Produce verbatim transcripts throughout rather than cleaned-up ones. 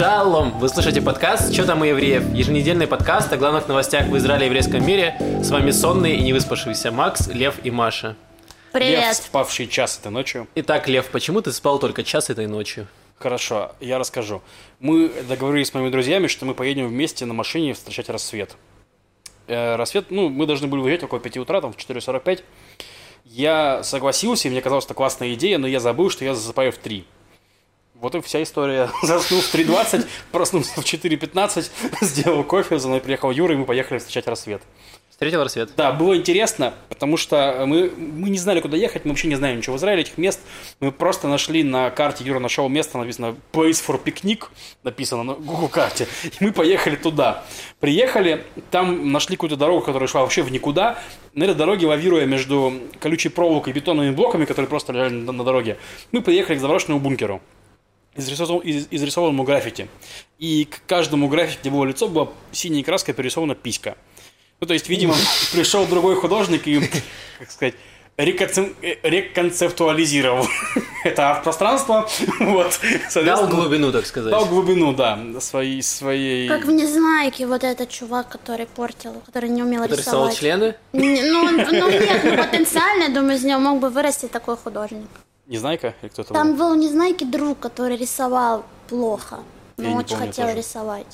Шалом! Вы слушаете подкаст «Чё там у евреев?» Еженедельный подкаст о главных новостях в Израиле и еврейском мире. С вами сонные и невыспавшиеся Макс, Лев и Маша. Привет! Лев, спавший час этой ночью. Итак, Лев, почему ты спал только час этой ночью? Хорошо, я расскажу. Мы договорились с моими друзьями, что мы поедем вместе на машине встречать рассвет. Э, рассвет, ну, мы должны были выезжать около пяти утра, там в четыре сорок пять. Я согласился, и мне казалось, это классная идея, но я забыл, что я засыпаю в три. Вот и вся история. Заснул в три двадцать, проснулся в четыре пятнадцать, сделал кофе, за мной приехал Юра, и мы поехали встречать рассвет. Встретил рассвет? Да, было интересно, потому что мы, мы не знали, куда ехать, мы вообще не знаем ничего в Израиле, этих мест. Мы просто нашли на карте, Юра нашел место, написано «Place for picnic», написано на Google карте, и мы поехали туда. Приехали, там нашли какую-то дорогу, которая шла вообще в никуда. На этой дороге, лавируя между колючей проволокой и бетонными блоками, которые просто лежали на, на дороге, мы приехали к заброшенному бункеру, изрисованному, из, изрисованному граффити. И к каждому граффити, где было лицо, была синей краской перерисована писька. Ну, то есть, видимо, пришел другой художник и, как сказать, реконцеп... реконцептуализировал это арт-пространство. Вот, дал глубину, так сказать. Дал глубину, да, своей... своей... Как в «Незнайке» вот этот чувак, который портил, который не умел который рисовать. Который рисовал члены? Не, ну, ну, нет, ну, потенциально, думаю, из него мог бы вырасти такой художник. Незнайка? Или кто-то Там был? был у Незнайки друг, который рисовал плохо, но Я не очень помню хотел тоже. рисовать.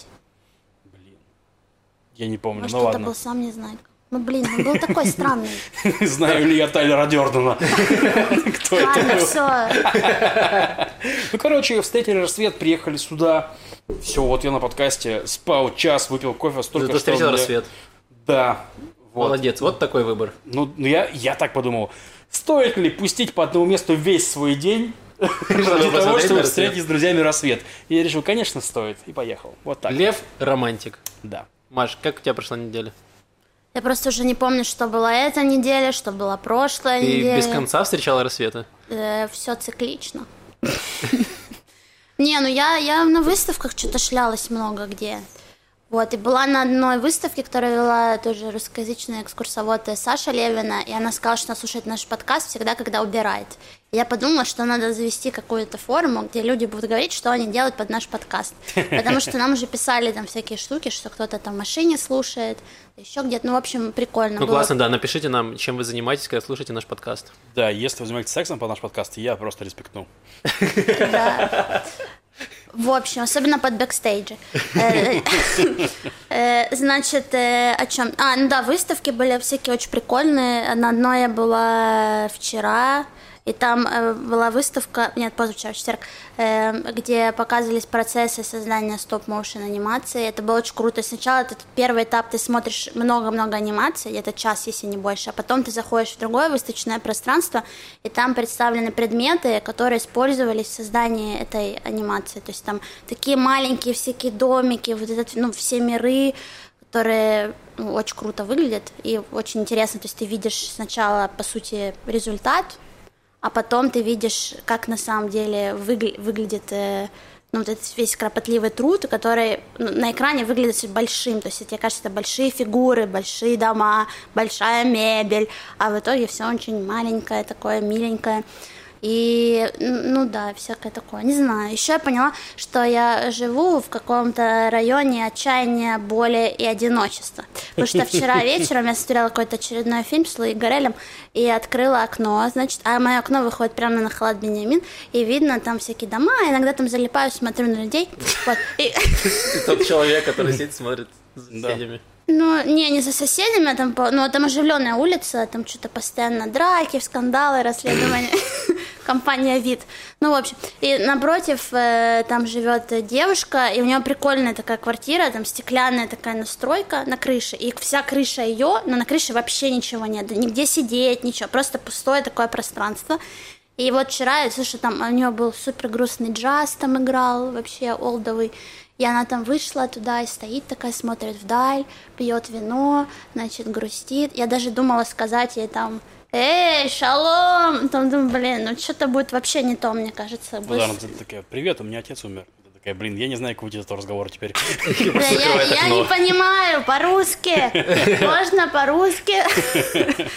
Я не помню, Может, ну это ладно. был сам Незнайка. Ну, блин, он был такой странный. Знаю ли я Тайлера Дёрдена? Кто это Ладно, был? все. Ну, короче, встретили рассвет, приехали сюда. Все, вот я на подкасте спал час, выпил кофе, столько Зато что... встретил мне- рассвет. Да. Вот. Молодец, вот такой выбор. Ну, ну, я, я так подумал. Стоит ли пустить по одному месту весь свой день ради того, посмотреть чтобы на встретить с друзьями рассвет? И я решил, конечно, стоит. И поехал. Вот так. Лев – романтик. Да. Маш, как у тебя прошла неделя? Я просто уже не помню, что была эта неделя, что была прошлая Ты неделя. без конца встречала рассветы? Все циклично. Не, ну я, я на выставках что-то шлялась много где. Вот, и была на одной выставке, которую вела тоже русскоязычная экскурсовод Саша Левина, и она сказала, что она слушает наш подкаст всегда, когда убирает. И я подумала, что надо завести какую-то форму, где люди будут говорить, что они делают под наш подкаст. Потому что нам уже писали там всякие штуки, что кто-то там в машине слушает, еще где-то. Ну, в общем, прикольно Ну, было. классно, да. Напишите нам, чем вы занимаетесь, когда слушаете наш подкаст. Да, если вы занимаетесь сексом по наш подкаст, я просто респектну. Да. В общем, особенно под бэкстейджи. Э, э, Значит, э, о чем? А, ну да, выставки были всякие очень прикольные. На одной я была вчера, и там э, была выставка, нет, позавчера, в четверг, э, где показывались процессы создания стоп-моушен анимации. Это было очень круто. Сначала этот первый этап, ты смотришь много-много анимаций, где-то час, если не больше, а потом ты заходишь в другое выставочное пространство, и там представлены предметы, которые использовались в создании этой анимации. То есть там такие маленькие всякие домики, вот этот, ну, все миры, которые, ну, очень круто выглядят и очень интересно. То есть ты видишь сначала, по сути, результат, а потом ты видишь, как на самом деле выгля- выглядит э, ну, вот этот весь кропотливый труд, который, ну, на экране выглядит большим. То есть тебе кажется, это большие фигуры, большие дома, большая мебель, а в итоге все очень маленькое, такое миленькое. И, ну да, всякое такое. Не знаю. Еще я поняла, что я живу в каком-то районе отчаяния, боли и одиночества. Потому что вчера вечером я смотрела какой-то очередной фильм с Луи Гаррелем и открыла окно, значит, а мое окно выходит прямо на Халат Беньямин, и видно там всякие дома, иногда там залипаю, смотрю на людей. Вот. И... Ты тот человек, который сидит, смотрит за соседями. Ну, не, не за соседями, а там, по- ну, там оживленная улица, там что-то постоянно драки, скандалы, расследования, компания «Вид». Ну, в общем, и напротив э, там живет девушка, и у нее прикольная такая квартира, там стеклянная такая настройка на крыше, и вся крыша ее, но на крыше вообще ничего нет, нигде сидеть, ничего, просто пустое такое пространство. И вот вчера, я слышу, там у нее был супер грустный джаз, там играл, вообще олдовый. И она там вышла туда и стоит такая, смотрит вдаль, пьет вино, значит, грустит. Я даже думала сказать ей там: «Эй, шалом!» Там думаю, блин, ну что-то будет вообще не то, мне кажется. Ну да, ты такая: привет, у меня отец умер. Ты такая: блин, я не знаю, как уйти из этого разговора теперь. Да, я, я не понимаю, по-русски. Можно по-русски?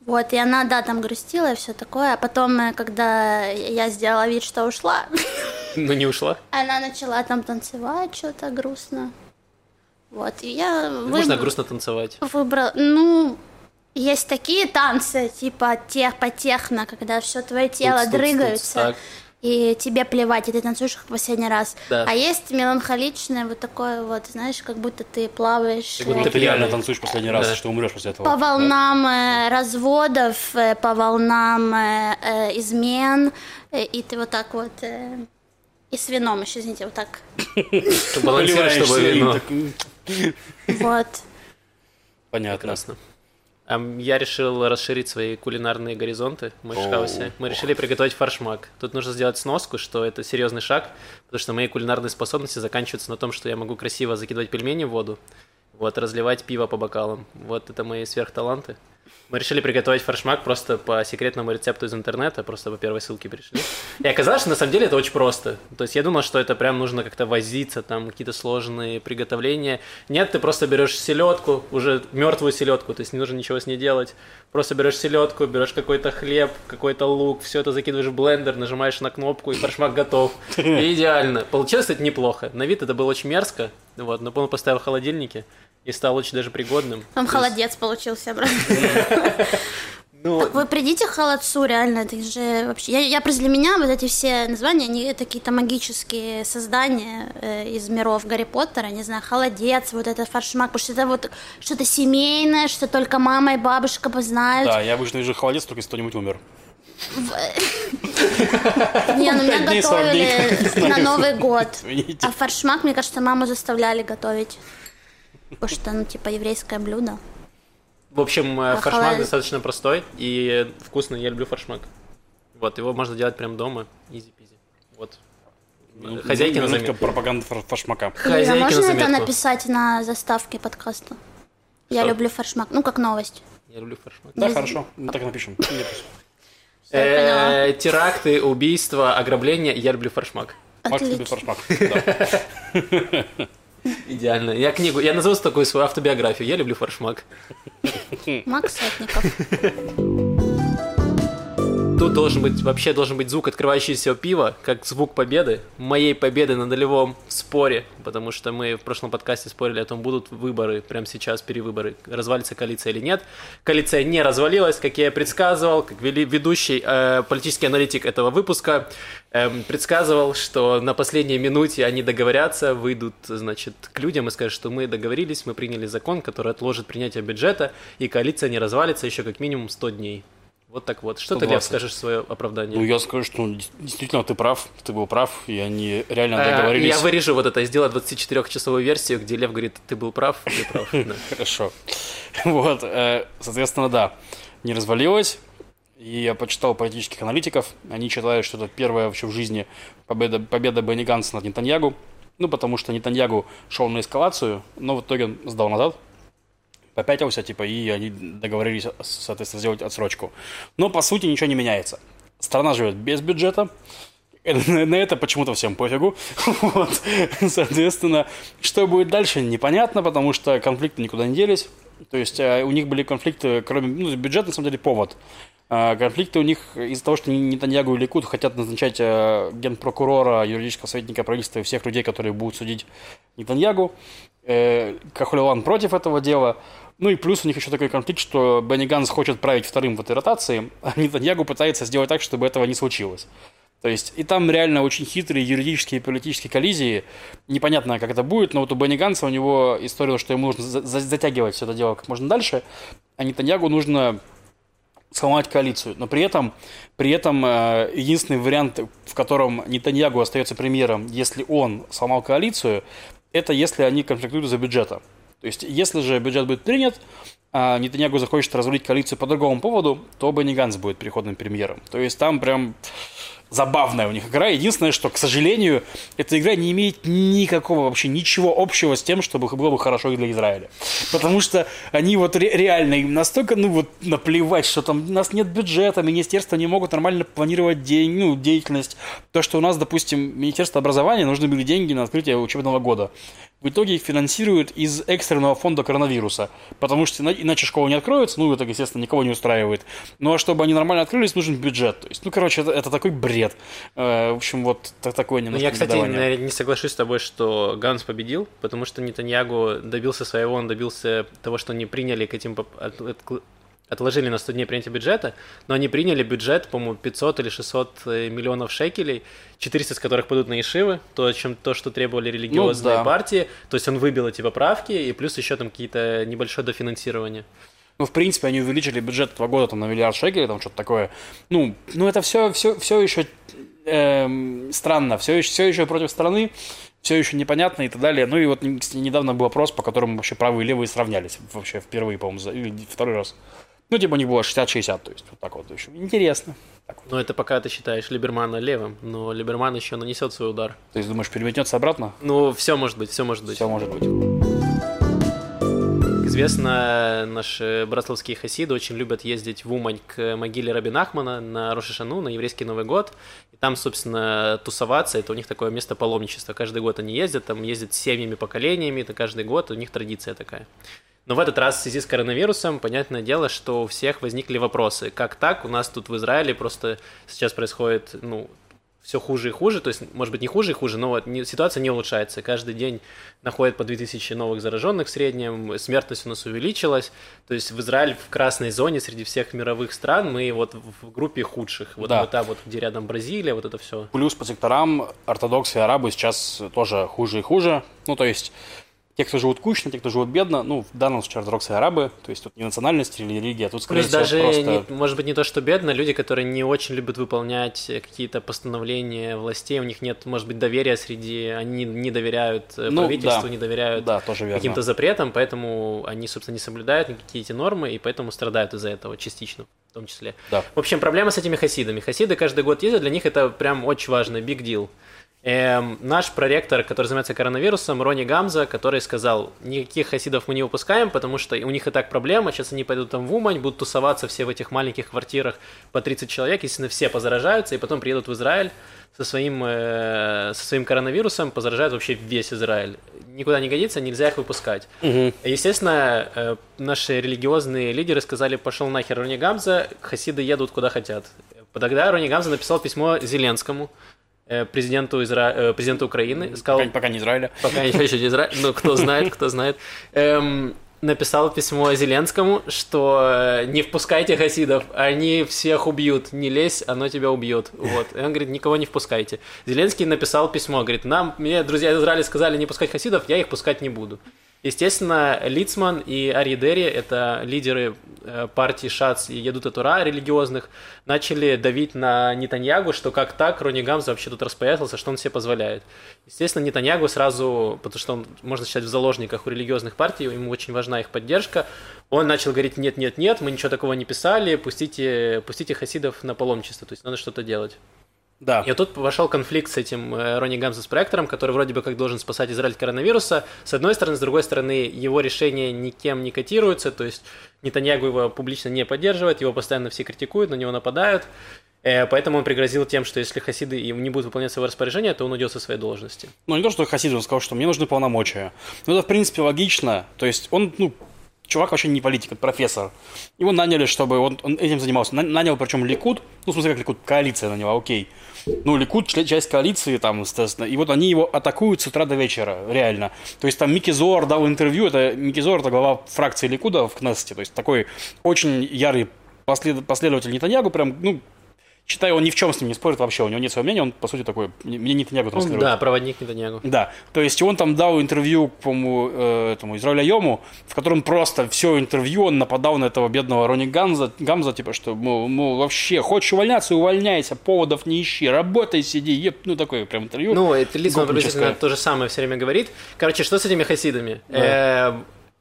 Вот, и она, да, там грустила и все такое. А потом, э, когда я сделала вид, что ушла, Ну, не ушла? она начала там танцевать что-то грустно. Вот, и я Можно выб- грустно танцевать. выбрала... Ну, есть такие танцы, типа тех по техно, когда все твое тело Туц, туц, туц, дрыгается, так. и тебе плевать, и ты танцуешь как в последний раз. Да. А есть меланхоличное вот такое вот, знаешь, как будто ты плаваешь... Как будто э, Ты пьяный. реально танцуешь последний раз, Да. что умрешь после этого. По да? волнам э, разводов, э, по волнам э, э, измен, э, и ты вот так вот... э, и с вином еще, извините, вот так. Чтобы балансировать, чтобы Поливаешься им, вино. так, Вот. Понятно. Прекрасно. А я решил расширить свои кулинарные горизонты в Майшхаусе. Мы решили приготовить форшмак. Тут нужно сделать сноску, что это серьезный шаг, потому что мои кулинарные способности заканчиваются на том, что я могу красиво закидывать пельмени в воду, вот, разливать пиво по бокалам. Вот это мои сверхталанты. Мы решили приготовить форшмак просто по секретному рецепту из интернета, просто по первой ссылке пришли. И оказалось, что на самом деле это очень просто. То есть я думал, что это прям нужно как-то возиться, там какие-то сложные приготовления. Нет, ты просто берешь селедку, уже мертвую селедку, то есть не нужно ничего с ней делать. Просто берешь селедку, берешь какой-то хлеб, какой-то лук, все это закидываешь в блендер, нажимаешь на кнопку, и форшмак готов. И идеально. Получилось, кстати, неплохо. На вид это было очень мерзко, вот, но он поставил в холодильнике и стал очень даже пригодным. Там То есть, холодец получился, брат. ну, Так вы придите к холодцу, реально, это же вообще... Я, я просто для меня вот эти все названия, они это какие-то магические создания э, из миров Гарри Поттера, не знаю, холодец, вот это форшмак, потому что это вот что-то семейное, что только мама и бабушка познают. Да, я обычно вижу холодец, только если кто-нибудь умер. Не, ну меня Пять дней, сорок дней, не готовили знаю. на Новый год. Извините. А форшмак, мне кажется, маму заставляли готовить. Потому что, ну, типа, еврейское блюдо. В общем, э, А форшмак халаль- достаточно простой и вкусный. Я люблю форшмак. Вот, его можно делать прям дома, изи-пизи. Вот. Хозяйки на Минутка заметку. пропаганды фор- форшмака. Ира, Хозяйки на можно это заметку. написать на заставке подкаста? Я Что? люблю форшмак. Ну, как новость. Я люблю форшмак. Да, Без- хорошо, мы так и напишем. Э, Теракты, убийства, ограбления. Я люблю форшмак. Макс любит Отлично. форшмак. Да. Идеально. Я книгу, я назову такую свою автобиографию. Я люблю форшмак. Макс Сотников. Тут должен быть, вообще должен быть звук открывающегося пива, как звук победы, моей победы на долевом споре, потому что мы в прошлом подкасте спорили о том, будут выборы прямо сейчас, перевыборы, развалится коалиция или нет. Коалиция не развалилась, как я и предсказывал, как вели- ведущий э, политический аналитик этого выпуска эм, предсказывал, что на последней минуте они договорятся, выйдут, значит, к людям и скажут, что мы договорились, мы приняли закон, который отложит принятие бюджета, и коалиция не развалится еще как минимум сто дней. Вот так вот. Что сто ты, Лев, двадцать. скажешь в свое оправдание? Ну, я скажу, что дес- действительно ты прав, ты был прав, и они реально А, договорились. Я вырежу вот это, сделаю двадцатичетырёхчасовую версию, где Лев говорит, ты был прав, ты прав. Да. Хорошо. Вот, э, соответственно, да, не развалилось. И я почитал политических аналитиков. Они считают, что это первая вообще в жизни победа, победа Бенни Ганса над Нетаньягу. Ну, потому что Нетаньягу шел на эскалацию, но в итоге он сдал назад. Попятился, типа, и они договорились, соответственно, сделать отсрочку. Но, по сути, ничего не меняется. Страна живет без бюджета. На на это почему-то всем пофигу. Вот. Соответственно, что будет дальше, непонятно, потому что конфликты никуда не делись. То есть э, у них были конфликты, кроме... Ну, бюджет, на самом деле, повод. Э, Конфликты у них из-за того, что Нетаньягу и Ликуд хотят назначать э, генпрокурора, юридического советника правительства и всех людей, которые будут судить Нетаньягу. Э, Кахулеван против этого дела. Ну и плюс у них еще такой конфликт, что Бенни Ганс хочет править вторым в этой ротации, а Нетаньягу пытается сделать так, чтобы этого не случилось. То есть, и там реально очень хитрые юридические и политические коллизии. Непонятно, как это будет, но вот у Бенни Ганса у него история, что ему нужно за- за- затягивать все это дело как можно дальше, а Нетаньягу нужно сломать коалицию. Но при этом, при этом э, единственный вариант, в котором Нетаньягу остается премьером, если он сломал коалицию, это если они конфликтуют из-за бюджета. То есть, если же бюджет будет принят, а Нетаньягу захочет развалить коалицию по другому поводу, то Бенни Ганс будет переходным премьером. То есть, там прям забавная у них игра. Единственное, что, к сожалению, эта игра не имеет никакого вообще ничего общего с тем, чтобы было бы хорошо и для Израиля. Потому что они вот ре- реально им настолько, ну вот, наплевать, что там у нас нет бюджета, министерства не могут нормально планировать день, ну, деятельность. То, что у нас, допустим, Министерство образования, нужны были деньги на открытие учебного года. В итоге их финансируют из экстренного фонда коронавируса, потому что иначе школа не откроется, ну, это, естественно, никого не устраивает. Ну, а чтобы они нормально открылись, нужен бюджет. То есть, ну, короче, это, это такой бред. Э, в общем, вот такое немножко. Я, кстати, не, не соглашусь с тобой, что Ганс победил, потому что Нетаньягу добился своего, он добился того, что они приняли к этим... Отложили на сто дней принятия бюджета, но они приняли бюджет, по-моему, пятьсот или шестьсот миллионов шекелей, четыреста из которых пойдут на ешивы, то, чем, то что требовали религиозные ну, да. партии. То есть он выбил эти поправки, и плюс еще там какие-то небольшое дофинансирование. Ну, в принципе, они увеличили бюджет этого года там, на миллиард шекелей, там что-то такое. Ну, ну это все, все, все еще эм, странно, все еще, все еще против страны, все еще непонятно и так далее. Ну и вот недавно был опрос, по которому вообще правые и левые сравнялись. Вообще впервые, по-моему, за... или второй раз. Ну, типа у них было шестьдесят шестьдесят, то есть вот так вот еще. Интересно. Так вот. Ну, это пока ты считаешь Либермана левым, но Либерман еще нанесет свой удар. То есть, думаешь, переметнется обратно? Ну, все может быть, все может быть. Все может быть. Известно, наши браславские хасиды очень любят ездить в Умань к могиле Раби Нахмана на Рош ха-Шану, на еврейский Новый год. И там, собственно, тусоваться, это у них такое место паломничества. Каждый год они ездят, там ездят с семьями, поколениями, это каждый год, у них традиция такая. Но в этот раз в связи с коронавирусом, понятное дело, что у всех возникли вопросы. Как так? У нас тут в Израиле просто сейчас происходит, ну, все хуже и хуже. То есть, может быть, не хуже и хуже, но вот не, ситуация не улучшается. Каждый день находят по две тысячи новых зараженных в среднем, смертность у нас увеличилась. То есть в Израиль в красной зоне среди всех мировых стран мы вот в группе худших. Вот, да. вот там вот, где рядом Бразилия, вот это все. Плюс по секторам ортодоксы и арабы сейчас тоже хуже и хуже. Ну, то есть... Те, кто живут кучно, те, кто живут бедно, ну, в данном случае ортодоксы и арабы, то есть тут не национальность или религия, тут, скорее всего, даже, просто... не, может быть, не то, что бедно, люди, которые не очень любят выполнять какие-то постановления властей, у них нет, может быть, доверия среди... Они не доверяют ну, правительству, да. не доверяют да, тоже верно. каким-то запретам, поэтому они, собственно, не соблюдают никакие эти нормы, и поэтому страдают из-за этого частично, в том числе. Да. В общем, проблема с этими хасидами. Хасиды каждый год ездят, для них это прям очень важно, big deal. Эм, наш проректор, который занимается коронавирусом, Рони Гамза, который сказал, никаких хасидов мы не выпускаем, потому что у них и так проблема, сейчас они пойдут там в Умань, будут тусоваться все в этих маленьких квартирах по тридцать человек, естественно, все позаражаются, и потом приедут в Израиль со своим, э, со своим коронавирусом, позаражают вообще весь Израиль. Никуда не годится, нельзя их выпускать. Угу. Естественно, э, наши религиозные лидеры сказали, пошел нахер Рони Гамза, хасиды едут куда хотят. Тогда Рони Гамза написал письмо Зеленскому, президенту, Изра... президенту Украины, сказал... Пока, пока не Израиля. Пока еще не Израиля, ну, кто знает, кто знает. Эм, написал письмо Зеленскому, что не впускайте хасидов, они всех убьют, не лезь, оно тебя убьет. Вот. И он говорит, никого не впускайте. Зеленский написал письмо, говорит, нам, мне друзья из Израиля сказали не пускать хасидов, я их пускать не буду. Естественно, Лицман и Арье Дери, это лидеры партии Шац и Ядут Тура религиозных, начали давить на Нетаньягу, что как так, Рони Гамза вообще тут распоясался, что он себе позволяет. Естественно, Нетаньягу сразу, потому что он, можно считать, в заложниках у религиозных партий, ему очень важна их поддержка, он начал говорить, нет-нет-нет, мы ничего такого не писали, пустите, пустите хасидов на паломничество, то есть надо что-то делать. Да. И вот тут вошел конфликт с этим Рони Гамза, с проектором, который вроде бы как должен спасать Израиль от коронавируса. С одной стороны, с другой стороны, его решение никем не котируется, то есть Нетаньягу его публично не поддерживает, его постоянно все критикуют, на него нападают. Поэтому он пригрозил тем, что если хасиды не будут выполнять своего распоряжения, то он уйдет со своей должности. Ну, не то, что хасиды, он сказал, что мне нужны полномочия. Ну, это, в принципе, логично. То есть он, ну, чувак вообще не политик, это профессор. Его наняли, чтобы он, он этим занимался. Нанял, причем Ликуд, ну, в смысле, как Ликуд, коалиция наняла, окей. Ну, Ликуд, часть коалиции, там, естественно, и вот они его атакуют с утра до вечера, реально. То есть там Мики Зоар дал интервью, это Мики Зоар, это глава фракции Ликуда в Кнессете, то есть такой очень ярый послед, последователь Нетаньягу, прям, ну, считаю, он ни в чем с ним не спорит вообще, у него нет своего мнения, он, по сути, такой, мне Нетаньягу транслирует. Да, проводник Нетаньягу. Да, то есть он там дал интервью, по-моему, э, этому Израилю Йому, в котором просто все интервью он нападал на этого бедного Рони Гамза, Гамза типа, что, мол, мол, вообще, хочешь увольняться, увольняйся, поводов не ищи, работай, сиди, еп, ну, такое прям интервью. Ну, это Лицман приблизительно то же самое все время говорит. Короче, что с этими хасидами? Да.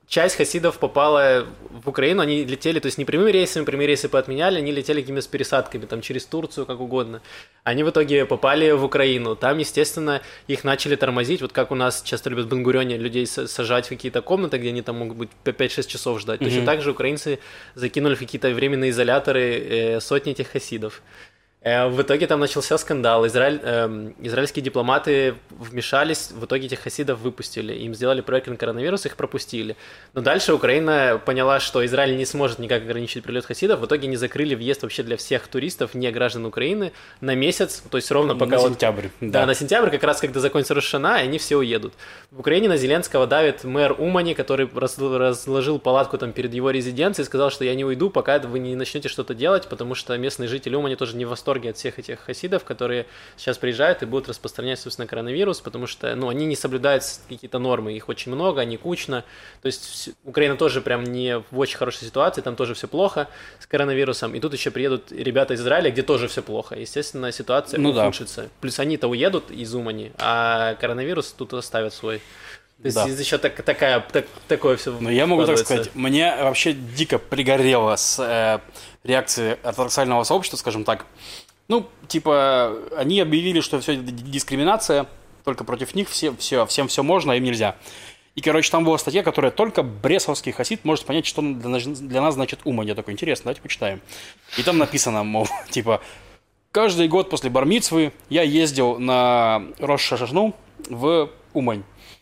часть хасидов попала в Украину, они летели, то есть не прямыми рейсами, прямые рейсы поотменяли, они летели какими-то с пересадками, там, через Турцию, как угодно. Они в итоге попали в Украину. Там, естественно, их начали тормозить, вот как у нас часто любят в Бен-Гурионе людей сажать в какие-то комнаты, где они там могут быть пять-шесть часов ждать. Mm-hmm. Точно так же украинцы закинули в какие-то временные изоляторы э, сотни этих хасидов. В итоге там начался скандал. Израиль, э, израильские дипломаты вмешались, в итоге этих хасидов выпустили. Им сделали проект на коронавирус, их пропустили. Но дальше Украина поняла, что Израиль не сможет никак ограничить прилет хасидов. В итоге они закрыли въезд вообще для всех туристов, не граждан Украины, на месяц, то есть ровно пока... На вот, сентябрь. Да, да, на сентябрь, как раз когда закончится Рош ха-Шана, и они все уедут. В Украине на Зеленского давит мэр Умани, который разложил палатку там перед его резиденцией и сказал, что я не уйду, пока вы не начнете что-то делать, потому что местные жители Умани тоже не в восторге от всех этих хасидов, которые сейчас приезжают и будут распространять, собственно, коронавирус, потому что, ну, они не соблюдают какие-то нормы, их очень много, они кучно, то есть Украина тоже прям не в очень хорошей ситуации, там тоже все плохо с коронавирусом, и тут еще приедут ребята из Израиля, где тоже все плохо, естественно, ситуация ну, ухудшится. Да. Плюс они-то уедут из Умани, а коронавирус тут оставят свой. То есть да. еще так, такая, так, такое все. Но я могу так сказать, мне вообще дико пригорело с э, реакции ортодоксального сообщества, скажем так. Ну, типа, они объявили, что все это дискриминация, только против них все, все, всем все можно, а им нельзя. И, короче, там была статья, которая только брестовский хасид может понять, что для, для нас значит Умань. Я такой, интересно, давайте почитаем. И там написано, мол, типа, каждый год после бар-мицвы я ездил на Рош ха-Шану в Умань.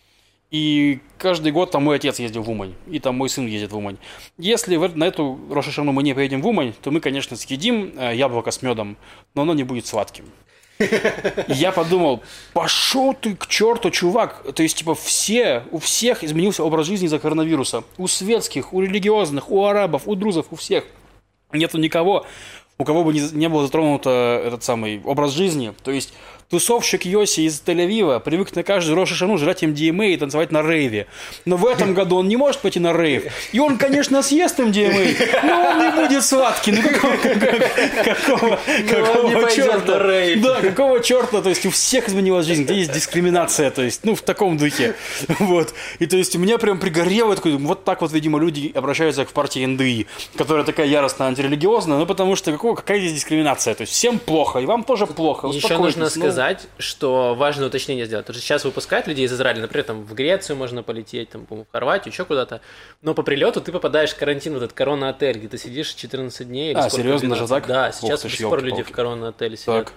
И каждый год там мой отец ездил в Умань, и там мой сын ездит в Умань. Если в, на эту Рош ха-Шану мы не поедем в Умань, то мы, конечно, съедим э, яблоко с медом, но оно не будет сладким. И я подумал, пошел ты к черту, чувак. То есть, типа, все, у всех изменился образ жизни из-за коронавируса. У светских, у религиозных, у арабов, у друзов, у всех. Нету никого, у кого бы не, не был затронут этот самый образ жизни. То есть... Тусовщик Йоси из Тель-Авива привык на каждую Рош ха-Шану жрать эм ди эм эй и танцевать на рейве. Но в этом году он не может пойти на рейв. И он, конечно, съест эм ди эм эй, но он не будет сладкий. Ну какого, какого, какого черта? Да, какого черта? То есть у всех изменилась жизнь, где есть дискриминация, то есть, ну, в таком духе. Вот. И то есть у меня прям пригорело, такой, вот так вот, видимо, люди обращаются к партии эн дэ и, которая такая яростно антирелигиозная, ну потому что какого, какая здесь дискриминация? То есть всем плохо, и вам тоже плохо. Еще нужно сказать, сказать, что важное уточнение сделать. Потому что сейчас выпускают людей из Израиля, например, там в Грецию можно полететь, там, в Хорватию, еще куда-то. Но по прилету ты попадаешь в карантин, в этот корона-отель, где ты сидишь четырнадцать дней. А, серьезно, даже так? Да, сейчас до сих пор люди в корона-отеле сидят. Так.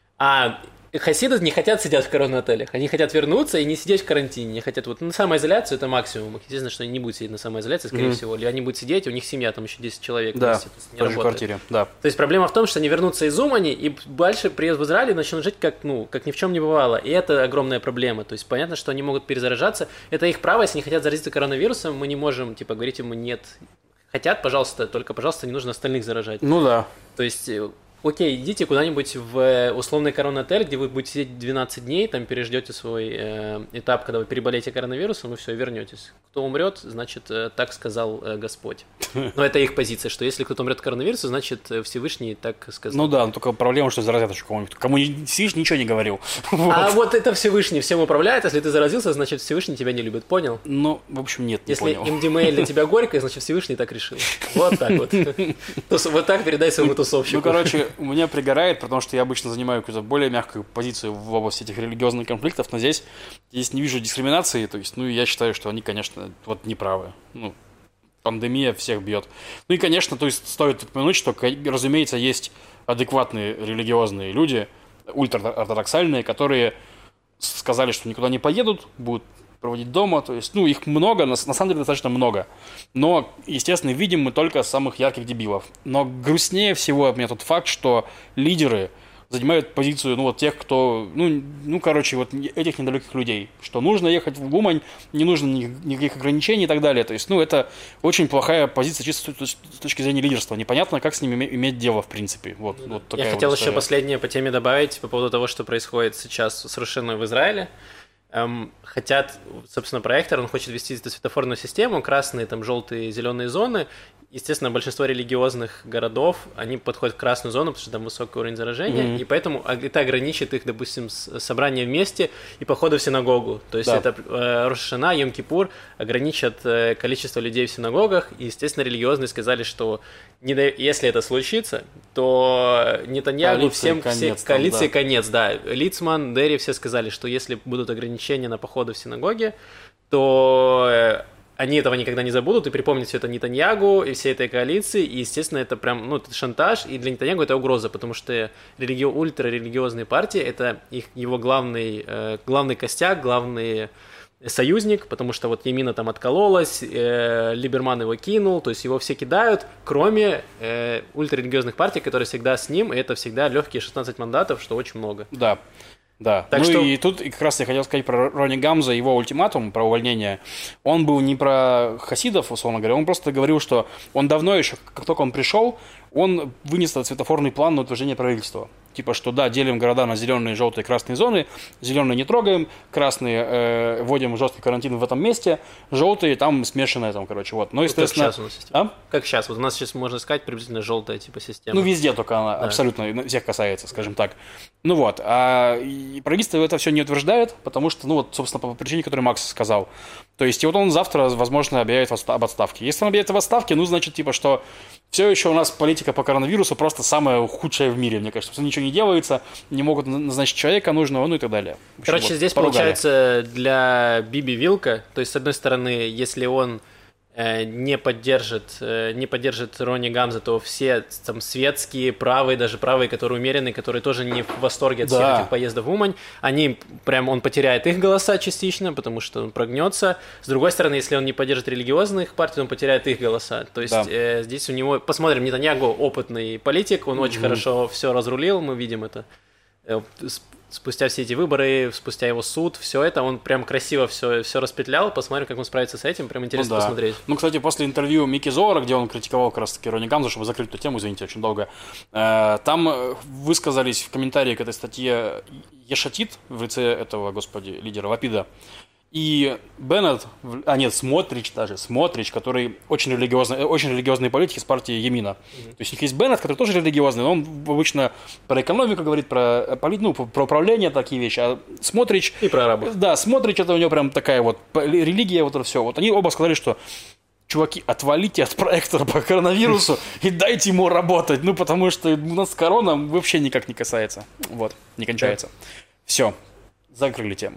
А хасиды не хотят сидеть в корона-отелях. Они хотят вернуться и не сидеть в карантине. Не хотят вот на самоизоляцию, это максимум. Естественно, что они не будут сидеть на самоизоляции, скорее mm-hmm. всего. Или они будут сидеть, у них семья, там еще десять человек. Да, вместе, в той же квартире, да. То есть проблема в том, что они вернутся из Умани и дальше приедут в Израиль и начнут жить как, ну, как ни в чем не бывало. И это огромная проблема. То есть понятно, что они могут перезаражаться. Это их право, если они хотят заразиться коронавирусом, мы не можем, типа, говорить ему нет. Хотят, пожалуйста, только, пожалуйста, не нужно остальных заражать. Ну да. То есть... Окей, идите куда-нибудь в условный корона-отель, где вы будете сидеть двенадцать дней, там переждете свой э, этап, когда вы переболеете коронавирусом, и все, вернетесь. Кто умрет, значит, э, так сказал э, Господь. Но это их позиция, что если кто-то умрет от коронавируса, значит, Всевышний так сказал. Ну да, но только проблема, что заразят еще кому-нибудь. Кому Всевышний ничего не говорил. Вот. А вот это Всевышний всем управляет, если ты заразился, значит, Всевышний тебя не любит, понял? Ну, в общем, нет, не если понял. Если эм ди эм эй для тебя горькое, значит, Всевышний так решил. Вот так вот. Вот так передай своему тусовщику. Ну, короче, у меня пригорает, потому что я обычно занимаю какую-то более мягкую позицию в области этих религиозных конфликтов, но здесь, здесь не вижу дискриминации, то есть, ну, я считаю, что они, конечно, вот неправы. Ну, пандемия всех бьет. Ну и, конечно, то есть стоит упомянуть, что, разумеется, есть адекватные религиозные люди, ультраортодоксальные, которые сказали, что никуда не поедут, будут проводить дома, то есть, ну, их много, на, на самом деле достаточно много. Но, естественно, видим мы только самых ярких дебилов. Но грустнее всего от меня тот факт, что лидеры занимают позицию, ну, вот тех, кто, ну, ну, короче, вот этих недалеких людей, что нужно ехать в Умань, не нужно никаких ограничений и так далее. То есть, ну, это очень плохая позиция чисто с точки зрения лидерства. Непонятно, как с ними иметь дело, в принципе. Вот, ну, вот такая Я хотел вот еще последнее по теме добавить по поводу того, что происходит сейчас с Рошиной в Израиле. Эм, хотят, собственно, проектор, он хочет ввести эту светофорную систему, красные, там, желтые, зеленые зоны, естественно, большинство религиозных городов, они подходят в красную зону, потому что там высокий уровень заражения, mm-hmm. и поэтому это ограничит их, допустим, собрание вместе и походы в синагогу. То есть да. это э, Рош ха-Шана, Йом-Кипур ограничат э, количество людей в синагогах, и, естественно, религиозные сказали, что не до... если это случится, то Нетаньяху всем, конец, все, коалиции там, да. конец. Да. Лицман, Дерри все сказали, что если будут ограничения на походы в синагоге, то... Э, они этого никогда не забудут и припомнят все это Нетаньягу и всей этой коалиции, и, естественно, это прям, ну, это шантаж, и для Нетаньягу это угроза, потому что религи... ультрарелигиозные партии, это их, его главный, э, главный костяк, главный союзник, потому что вот Ямина там откололась, э, Либерман его кинул, то есть его все кидают, кроме э, ультрарелигиозных партий, которые всегда с ним, и это всегда легкие шестнадцать мандатов, что очень много. Да. Да, так ну что... и тут как раз я хотел сказать про Ронни Гамза, его ультиматум, про увольнение. Он был не про хасидов, условно говоря, он просто говорил, что он давно еще, как только он пришел, он вынес этот светофорный план на утверждение правительства. Типа, что да, делим города на зеленые, желтые, красные зоны, зеленые не трогаем, красные э, вводим жесткий карантин в этом месте, желтые там смешанные там, короче, вот. Но, естественно... Как сейчас у нас система? А? Как сейчас? Вот у нас сейчас, можно сказать, приблизительно желтая типа система. Ну, везде только она да. абсолютно всех касается, скажем так. Ну вот, а правительство это все не утверждает, потому что, ну вот, собственно, по причине, которую Макс сказал. То есть, и вот он завтра, возможно, объявит об отставке. Если он объявит об отставке, ну, значит, типа, что все еще у нас политика по коронавирусу просто самая худшая в мире, мне кажется. Что ничего не делается, не могут назначить человека нужного, ну и так далее. общем, Короче, вот, здесь поругали. Получается для Биби вилка, то есть, с одной стороны, если он э, не поддержит, э, не поддержит Ронни Гамза, то все там светские, правые, даже правые, которые умеренные, которые тоже не в восторге от да. всех этих поездов в Умань, они прям, он потеряет их голоса частично, потому что он прогнется. С другой стороны, если он не поддержит религиозных партий, он потеряет их голоса. То есть да. э, здесь у него, посмотрим, Нетаньяху опытный политик, он mm-hmm. очень хорошо все разрулил, мы видим это. Спустя все эти выборы, спустя его суд, все это, он прям красиво все, все распетлял. Посмотрим, как он справится с этим, прям интересно ну, да. посмотреть. Ну, кстати, после интервью Микки Зоора, где он критиковал как раз-таки Ронни Гамза, чтобы закрыть эту тему, извините, очень долго, э, там высказались в комментарии к этой статье Ешатит в лице этого, господи, лидера Лапида, и Беннет, а нет, Смотрич даже, Смотрич, который очень религиозный, очень религиозный политик из партии Ямина. Mm-hmm. То есть у них есть Беннет, который тоже религиозный, но он обычно про экономику говорит, про, ну, про управление, такие вещи, а Смотрич... И про арабов. Да, Смотрич, это у него прям такая вот религия, вот это все. Вот они оба сказали, что чуваки, отвалите от проекта по коронавирусу и дайте ему работать, ну потому что у нас корона вообще никак не касается. Вот, не кончается. Все, закрыли тему.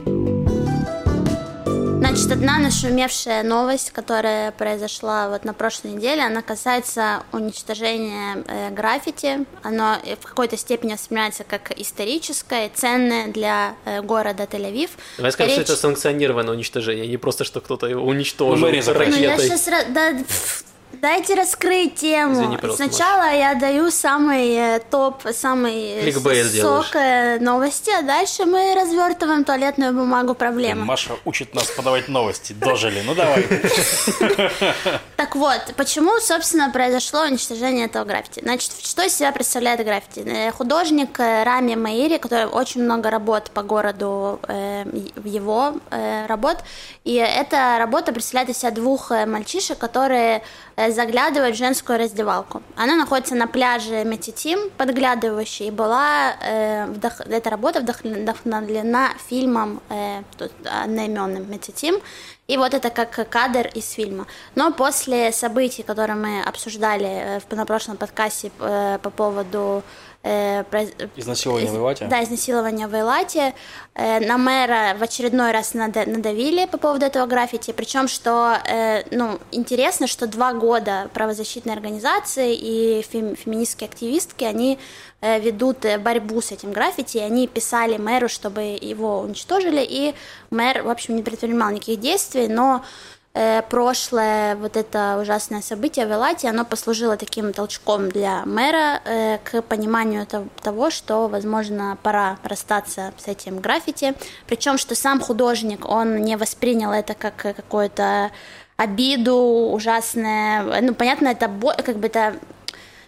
Значит, одна нашумевшая новость, которая произошла вот на прошлой неделе, она касается уничтожения э, граффити. Оно в какой-то степени воспринимается как историческое, ценное для э, города Тель-Авив. Давай скажем, Речь... что это санкционированное уничтожение, не просто, что кто-то его уничтожил. Ну, ну я сейчас... Да, дайте раскрыть тему. Извини, Сначала можешь. Я даю самый э, топ, самый Кликбейт сок э, новости, а дальше мы развертываем туалетную бумагу проблемы. Маша учит нас подавать новости. Дожили, ну давай. Так вот, почему, собственно, произошло уничтожение этого граффити? Значит, что из себя представляет граффити? Художник Рами Маири, который очень много работ по городу, э, его э, работ, и эта работа представляет из себя двух мальчишек, которые заглядывать в женскую раздевалку. Она находится на пляже Метитим, подглядывающей, и была э, вдох... эта работа вдохновлена фильмом э, одноименным Метитим, и вот это как кадр из фильма. Но после событий, которые мы обсуждали в, на прошлом подкасте э, по поводу Изнасилование в Эйлате? Да, изнасилование в Эйлате. На мэра в очередной раз надавили по поводу этого граффити. Причем, что ну, интересно, что два года правозащитные организации и феминистские активистки, они ведут борьбу с этим граффити, и они писали мэру, чтобы его уничтожили, и мэр, в общем, не предпринимал никаких действий, но прошлое вот это ужасное событие в Эйлате, оно послужило таким толчком для мэра э, к пониманию того, что, возможно, пора расстаться с этим граффити. Причем, что сам художник, он не воспринял это как какую-то обиду, ужасное. Ну, понятно, это как бы это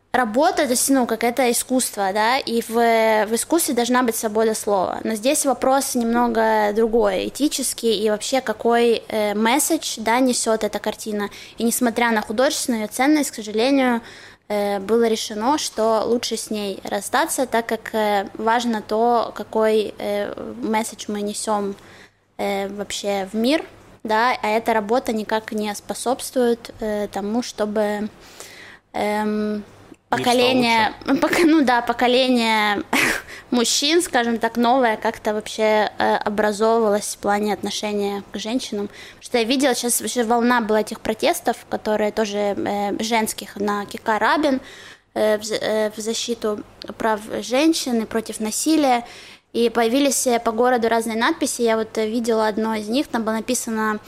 Работа, то есть, ну, как это искусство, да, и в, в искусстве должна быть свобода слова. Но здесь вопрос немного другой, этический, и вообще какой э, месседж, да, несет эта картина. И несмотря на художественную ее ценность, к сожалению, э, было решено, что лучше с ней расстаться, так как э, важно то, какой э, месседж мы несем э, вообще в мир, да, а эта работа никак не способствует э, тому, чтобы... Э, Поколение, пока, ну да, поколение мужчин, скажем так, новое как-то вообще э, образовывалось в плане отношения к женщинам. Потому что я видела, сейчас вообще волна была этих протестов, которые тоже э, женских на Кикар-Рабин э, в, э, в защиту прав женщин и против насилия. И появились по городу разные надписи. Я вот видела одну из них, там было написано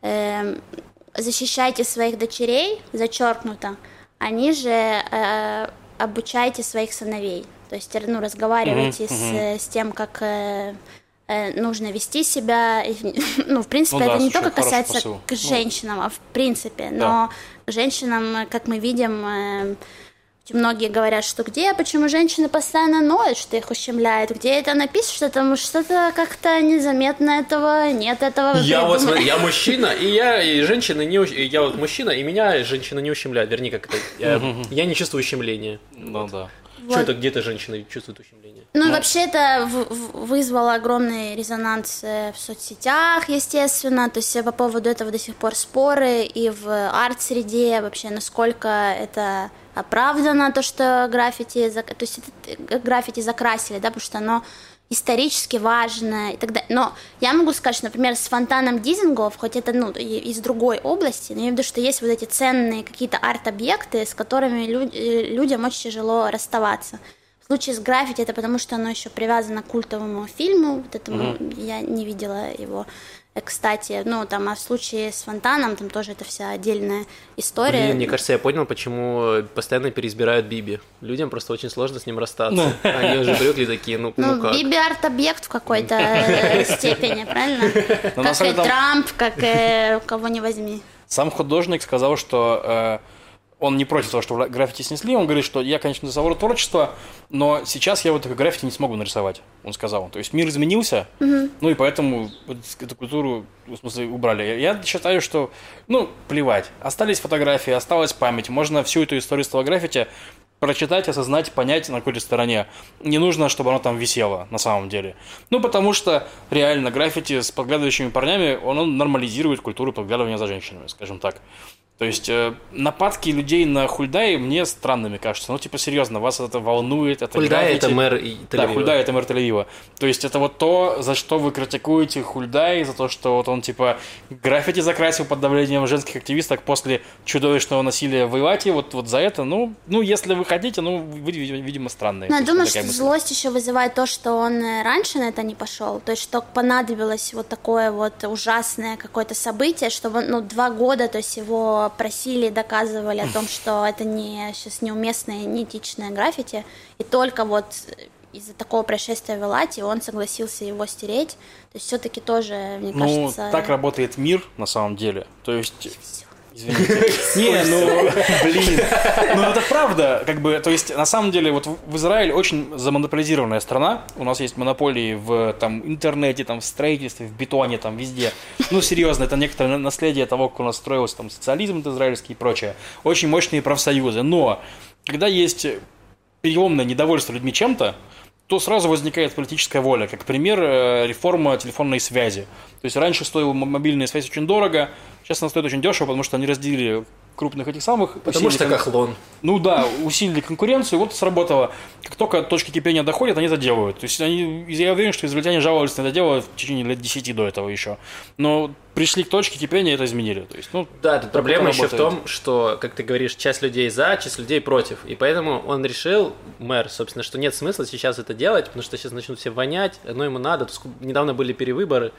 э, «Защищайте своих дочерей», зачеркнуто. Они же э, обучайте своих сыновей, то есть, ну, разговаривайте mm-hmm. с, с тем, как э, э, нужно вести себя. Ну, в принципе, ну, это да, не только касается посыл. К женщинам, ну, а в принципе, но да. К женщинам, как мы видим, э, многие говорят, что где, почему женщины постоянно ноют, что их ущемляют, где это написано, что там что-то как-то незаметно этого, нет этого. Я вот смотри, я мужчина, и я и женщина не я вот мужчина, и меня женщина не ущемляет, вернее, как это, я, я не чувствую ущемления. Ну да. Вот. Что это где-то женщины чувствуют ущемление? Ну, ну, вообще это вызвало огромный резонанс в соцсетях, естественно, то есть по поводу этого до сих пор споры и в арт-среде, вообще насколько это оправдано, то, что граффити, то есть это граффити закрасили, да, потому что оно исторически важно и так далее. Но я могу сказать, что, например, с фонтаном Дизингоф, хоть это, ну, из другой области, но я имею в виду, что есть вот эти ценные какие-то арт-объекты, с которыми люд- людям очень тяжело расставаться. В случае с граффити это потому, что оно еще привязано к культовому фильму, вот этому mm-hmm. я не видела его. Кстати, ну, там, а в случае с фонтаном, там тоже это вся отдельная история. Блин, мне кажется, я понял, почему постоянно переизбирают Биби. Людям просто очень сложно с ним расстаться. Они уже привыкли такие, ну, ну как. Биби арт-объект в какой-то степени, правильно? Как и Трамп, как кого не возьми. Сам художник сказал, что он не против того, что граффити снесли. Он говорит, что я, конечно, за свободу творчества, но сейчас я вот такое граффити не смогу нарисовать, он сказал. То есть мир изменился, угу. ну и поэтому эту культуру, в смысле, убрали. Я считаю, что, ну, плевать. Остались фотографии, осталась память. Можно всю эту историю с граффити прочитать, осознать, понять на какой-то стороне. Не нужно, чтобы оно там висело, на самом деле. Ну, потому что реально граффити с подглядывающими парнями, оно нормализирует культуру подглядывания за женщинами, скажем так. То есть э, нападки людей на Хульдай мне странными кажутся. Ну, типа, серьезно, вас это волнует. Это Хульдай — это мэр Тель-Авива. Да, Хульдай — это мэр Тель-Авива. То есть это вот то, за что вы критикуете Хульдай, за то, что вот он, типа, граффити закрасил под давлением женских активисток после чудовищного насилия в Илате. Вот, вот за это, ну, ну, если вы хотите, ну, вы, видимо, странные. Но я думаю, что мысль. Злость еще вызывает то, что он раньше на это не пошел. То есть, что понадобилось вот такое вот ужасное какое-то событие, чтобы, ну, два года, то есть его просили, доказывали о том, что это не сейчас неуместное, неэтичное граффити, и только вот из-за такого происшествия в Элате он согласился его стереть. То есть все-таки тоже, мне ну, кажется... Ну, так работает мир, на самом деле. То есть... Извините. Не, ну, блин. Ну, это правда. Как бы, то есть, на самом деле, вот в Израиле очень замонополизированная страна. У нас есть монополии в там, интернете, там, в строительстве, в бетоне, там, везде. Ну, серьезно, это некоторое наследие того, как у нас строился там, социализм израильский и прочее. Очень мощные профсоюзы. Но, когда есть переломное недовольство людьми чем-то, то сразу возникает политическая воля. Как пример, реформа телефонной связи. То есть, раньше стоила мобильная связь очень дорого, сейчас она стоит очень дешево, потому что они разделили крупных этих самых... Потому что кон... Кахлон. Ну да, усилили конкуренцию, и вот сработало. Как только точки кипения доходят, они это делают. То есть они, я уверен, что израильтяне жаловались на это дело в течение лет десяти до этого еще. Но пришли к точке кипения и это изменили. То есть, ну, да, тут проблема еще в том, что, как ты говоришь, часть людей за, часть людей против. И поэтому он решил, мэр, собственно, что нет смысла сейчас это делать, потому что сейчас начнут все вонять, оно ему надо. Тут недавно были перевыборы.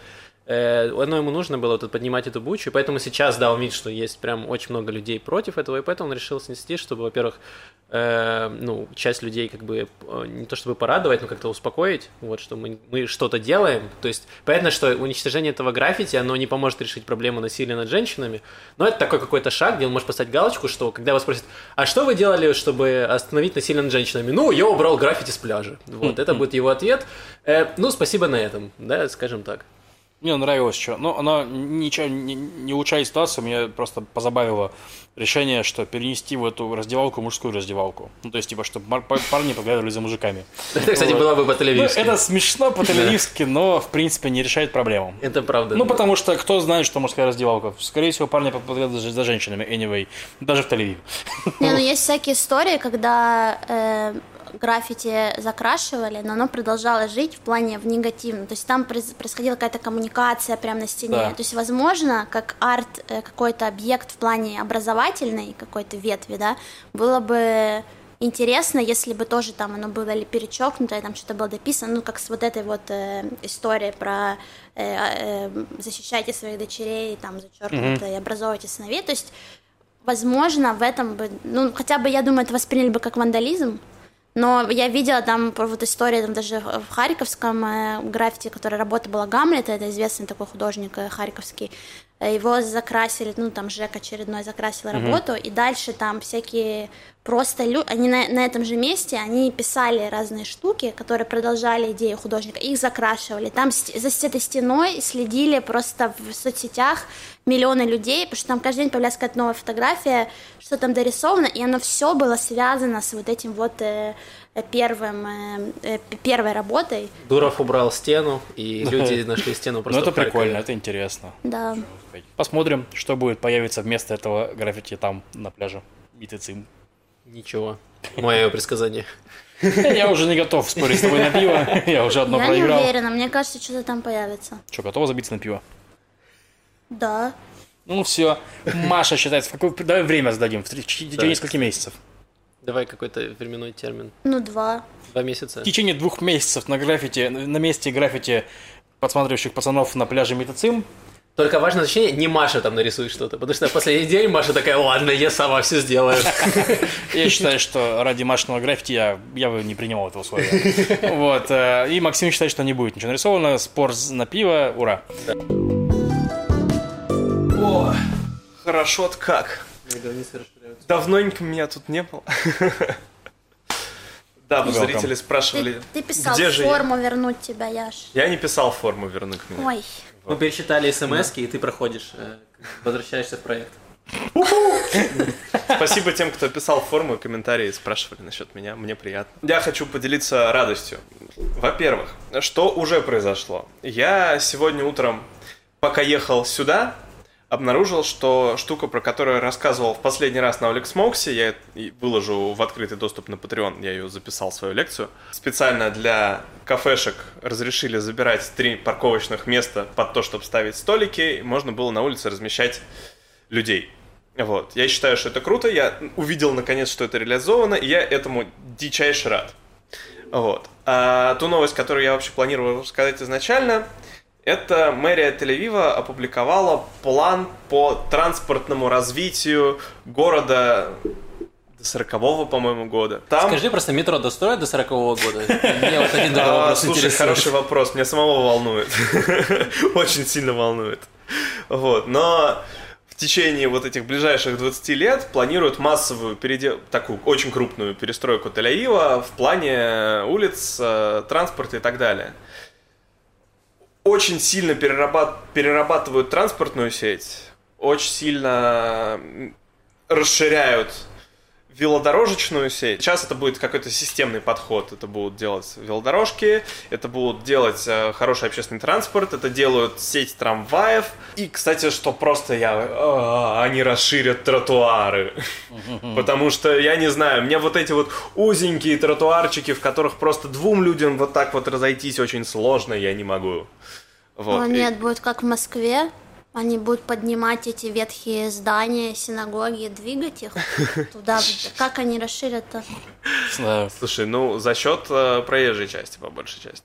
Оно ему нужно было вот поднимать эту бучу, и поэтому сейчас, да, он видит, что есть прям очень много людей против этого, и поэтому он решил снести, чтобы, во-первых, э, ну, часть людей как бы не то чтобы порадовать, но как-то успокоить, вот, что мы, мы что-то делаем, то есть понятно, что уничтожение этого граффити, оно не поможет решить проблему насилия над женщинами, но это такой какой-то шаг, где он может поставить галочку, что когда вас спросят, а что вы делали, чтобы остановить насилие над женщинами? Ну, я убрал граффити с пляжа, вот, это будет его ответ, э, ну, спасибо на этом, да, скажем так. Мне нравилось что. Но оно ничего не, не улучшает ситуацию. Меня просто позабавило решение, что перенести в эту раздевалку мужскую раздевалку. Ну, то есть, типа, чтобы парни поглядывали за мужиками. Это, кстати, вот. Было бы по-тель-авивски. Ну, это смешно по-тель-авивски, но, в принципе, не решает проблему. Это правда. Ну, потому что кто знает, что мужская раздевалка? Скорее всего, парни поглядывают за женщинами, anyway. Даже в Тель-Авиве. Не, ну, есть всякие истории, когда... Э... граффити закрашивали, но оно продолжало жить в плане в негативном. То есть там происходила какая-то коммуникация прямо на стене. Да. То есть, возможно, как арт, какой-то объект в плане образовательной какой-то ветви, да, было бы интересно, если бы тоже там оно было или перечеркнуто, и там что-то было дописано, ну, как с вот этой вот э, историей про э, э, защищайте своих дочерей, там, зачеркнуто, mm-hmm. и образовывайте сыновей. То есть, возможно, в этом бы, ну, хотя бы, я думаю, это восприняли бы как вандализм. Но я видела там вот историю, там даже в харьковском э, граффити, которая работа была Гамлет, это известный такой художник э, харьковский, э, его закрасили, ну там Жек очередной закрасил mm-hmm. работу, и дальше там всякие просто люди, они на, на этом же месте, они писали разные штуки, которые продолжали идею художника, их закрашивали, там за этой стеной следили просто в соцсетях миллионы людей, потому что там каждый день появлялась какая-то новая фотография, что там дорисовано, и оно все было связано с вот этим вот э, первым, э, первой работой. Дуров убрал стену, и люди нашли стену просто. Ну это прикольно, это интересно. Да. Посмотрим, что будет появиться вместо этого граффити там на пляже. Митицим. Ничего. Мое предсказание. Я уже не готов спорить с тобой на пиво. Я уже одно проиграл. Я не уверена, мне кажется, что-то там появится. Что, готова забиться на пиво? Да. Ну все, Маша считается, в какое... давай время сдадим, в течение да. нескольких месяцев. Давай какой-то временной термин. Ну, два. Два месяца. В течение двух месяцев на граффити, на месте граффити подсматривающих пацанов на пляже Митицим. Только важное значение, не Маша там нарисует что-то, потому что в последний день Маша такая, ладно, я сама все сделаю. Я считаю, что ради Машиного граффити я, я бы не принимал это условие. Вот. И Максим считает, что не будет ничего нарисовано. Спор на пиво, ура. Да. О, хорошо-то как. Давненько меня тут не было. Да, вот зрители спрашивали, ты, ты писал где же форму я? вернуть тебя, Яш. Я не писал форму вернуть меня. Ой. Мы пересчитали смс-ки, и ты проходишь, возвращаешься в проект. Спасибо тем, кто писал форму и комментарии спрашивали насчет меня. Мне приятно. Я хочу поделиться радостью. Во-первых, что уже произошло? Я сегодня утром, пока ехал сюда, обнаружил, что штука, про которую я рассказывал в последний раз на Олег Смоксе, я выложу в открытый доступ на Patreon, я ее записал, свою лекцию. Специально для кафешек разрешили забирать три парковочных места под то, чтобы ставить столики, и можно было на улице размещать людей. Вот. Я считаю, что это круто, я увидел наконец, что это реализовано, и я этому дичайше рад. Вот. А ту новость, которую я вообще планировал рассказать изначально... Это мэрия Тель-Авива опубликовала план по транспортному развитию города до сорокового, по-моему, года. Там... Скажи, просто метро достроят до сорокового года? Мне вот один другой вопрос Слушай, интересует. хороший вопрос, меня самого волнует. Очень сильно волнует. Вот, но... В течение вот этих ближайших двадцати лет планируют массовую, передел... такую очень крупную перестройку Тель-Авива в плане улиц, транспорта и так далее. Очень сильно перерабат... перерабатывают транспортную сеть, очень сильно расширяют велодорожечную сеть. Сейчас это будет какой-то системный подход. Это будут делать велодорожки, это будут делать э, хороший общественный транспорт, это делают сеть трамваев. И, кстати, что просто я... Э, они расширят тротуары. Потому что, я не знаю, мне вот эти вот узенькие тротуарчики, в которых просто двум людям вот так вот разойтись очень сложно, я не могу. Вот. О, нет, будет как в Москве. Они будут поднимать эти ветхие здания, синагоги, двигать их туда. Как они расширят-то? Слушай, ну, за счет э, проезжей части, по большей части.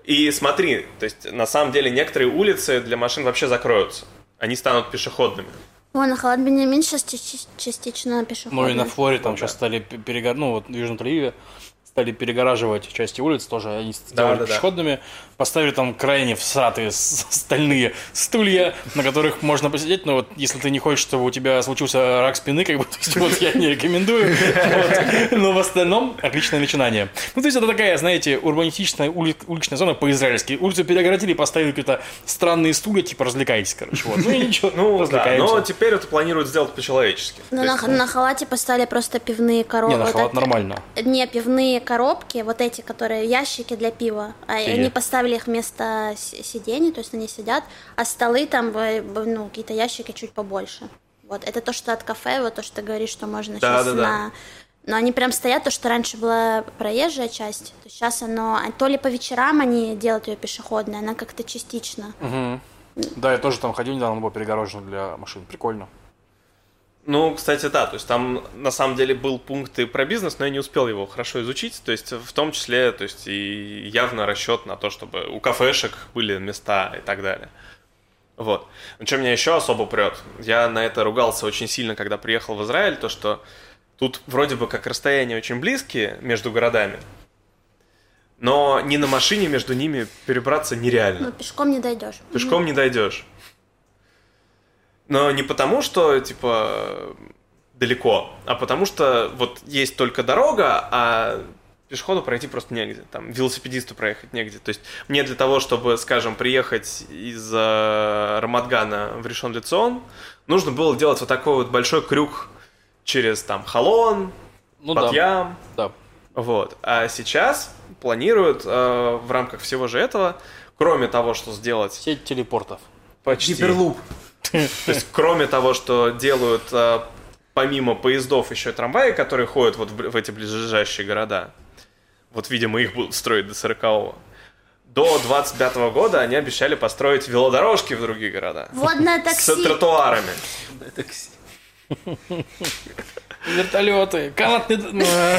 И смотри, то есть на самом деле некоторые улицы для машин вообще закроются. Они станут пешеходными. Вон, на Халат Беньямин сейчас частично пешеходный. Ну и на Флоре там сейчас стали перегор... ну вот в Южном Тель-Авиве стали перегораживать части улиц, тоже они сделали да, да, пешеходными, да. Поставили там крайне всратые стальные стулья, на которых можно посидеть, но вот если ты не хочешь, чтобы у тебя случился рак спины, как бы, то есть, вот я не рекомендую, вот. Но в остальном отличное начинание. Ну то есть это такая, знаете, урбанистичная ули... уличная зона по-израильски. Улицу перегородили, поставили какие-то странные стулья, типа развлекайтесь, короче, вот. Ну и ничего, ну, развлекаемся. Да, но теперь это планируют сделать по-человечески. Ну на, есть, на Халате поставили просто пивные коробки. Не, на Халат вот нормально. Не, пивные коробки, вот эти, которые ящики для пива, Привет. Они поставили их вместо сидений, то есть они сидят, а столы там, ну, какие-то ящики чуть побольше. Вот, это то, что от кафе, вот то, что ты говоришь, что можно да, сейчас да, на... Да. Но они прям стоят, то, что раньше была проезжая часть, то сейчас оно... То ли по вечерам они делают ее пешеходной, она как-то частично. Угу. Да, я тоже там ходил недавно, было перегорожено для машин, прикольно. Ну, кстати, да, то есть там на самом деле был пункт и про бизнес, но я не успел его хорошо изучить, то есть в том числе, то есть и явно расчет на то, чтобы у кафешек были места и так далее. Вот. Но что меня еще особо прет, я на это ругался очень сильно, когда приехал в Израиль, то что тут вроде бы как расстояния очень близкие между городами, но ни на машине между ними перебраться нереально. Ну, пешком не дойдешь. Пешком mm-hmm. не дойдешь. Но не потому, что, типа, далеко, а потому что вот есть только дорога, а пешеходу пройти просто негде. Там велосипедисту проехать негде. То есть мне для того, чтобы, скажем, приехать из э, Рамат-Гана в Ришон-ле-Цион, нужно было делать вот такой вот большой крюк через там Холон, ну, Бат-Ям. Да. Да. Вот. А сейчас планируют э, в рамках всего же этого, кроме того, что сделать... Сеть телепортов. Почти. Гиперлуп. То есть, кроме того, что делают а, помимо поездов еще и трамваи, которые ходят вот в, в эти ближайшие города, вот, видимо, их будут строить до сорокового, до двадцать пятого года они обещали построить велодорожки в другие города. Водное такси. С тротуарами. Водное такси. Вертолеты. Канатные...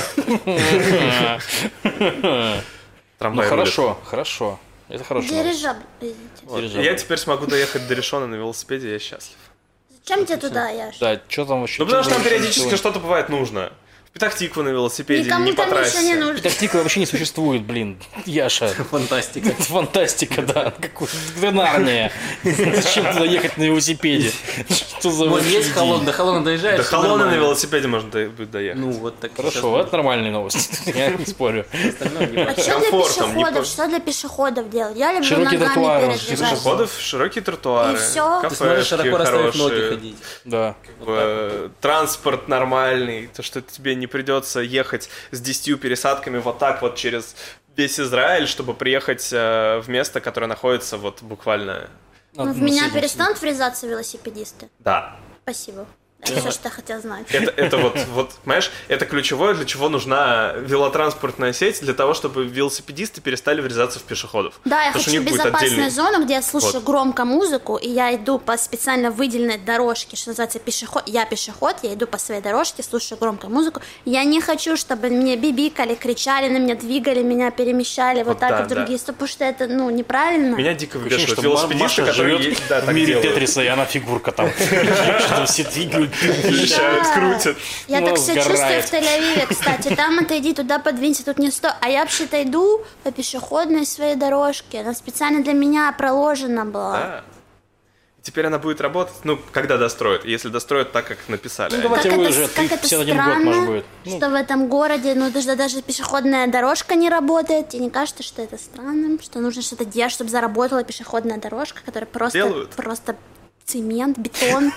Ну, хорошо, хорошо. Это хорошо. Дирижабль. Вот. Я теперь смогу доехать до Ришона на велосипеде, я счастлив. Зачем тебе туда, Яш? Да, что там вообще? Ну, потому что там периодически что-то бывает нужно. Петахтикву на велосипеде, никому не по там трассе. ничего не нужно. Петахтиква вообще не существует, блин. Яша. Фантастика. Это фантастика, да. Какая Нарния. Зачем туда ехать на велосипеде? Что за вот есть Холон, до Холона доезжаешь. До Холона на велосипеде можно будет доехать. Ну, вот так. Хорошо, это нормальная новость. Я не спорю. А что для пешеходов? Что для пешеходов делать? Я люблю ногами передвигаться. Для пешеходов широкие тротуары. И все. Ты сможешь широко расставить ноги ходить. Да. Транспорт нормальный. То, что тебе не придется ехать с десятью пересадками вот так вот через весь Израиль, чтобы приехать э, в место, которое находится вот буквально... Ну, в меня перестанут врезаться велосипедисты? Да. Спасибо. Это все, что я хотел знать. Это, это вот, вот, понимаешь, это ключевое, для чего нужна велотранспортная сеть, для того, чтобы велосипедисты перестали врезаться в пешеходов. Да, я Потому хочу безопасную отдельный... зону, где я слушаю вот. громко музыку, и я иду по специально выделенной дорожке, что называется пешеход. Я пешеход, я иду по своей дорожке, слушаю громко музыку. Я не хочу, чтобы мне бибикали, кричали на меня, двигали меня, перемещали вот, вот так да, в другие да. стороны, потому что это, ну, неправильно. Меня дико выбешивают что велосипедисты, Маша которые живет да, в так мире делают. Тетриса, и она фигурка там. Что-то все двигают. Вещают, крутят. Я Ну, так себя чувствую сгорает. в Тель-Авиве, кстати. Там отойди, туда подвинься, тут не сто. А я вообще-то иду по пешеходной своей дорожке. Она специально для меня проложена была. Да. Теперь она будет работать, ну, когда достроят. Если достроят так, как написали. Ну, давайте Как вы это, уже как это пятьдесят один год, странно, может, будет. Ну. что в этом городе, ну, даже, даже пешеходная дорожка не работает. Тебе не кажется, что это странным? Что нужно что-то делать, чтобы заработала пешеходная дорожка, которая просто, Делают. просто цемент, бетон.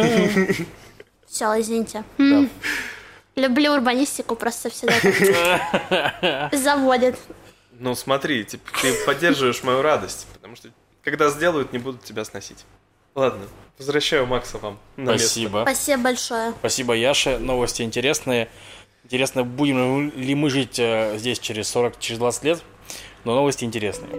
Все, извините. Да. Люблю урбанистику, просто всегда заводит. Ну, смотри, ты, ты поддерживаешь мою радость, потому что когда сделают, не будут тебя сносить. Ладно, возвращаю Макса вам на Спасибо. место. Спасибо большое. Спасибо, Яше. Новости интересные. Интересно, будем ли мы жить э, здесь через сорок, через двадцать лет, но новости интересные.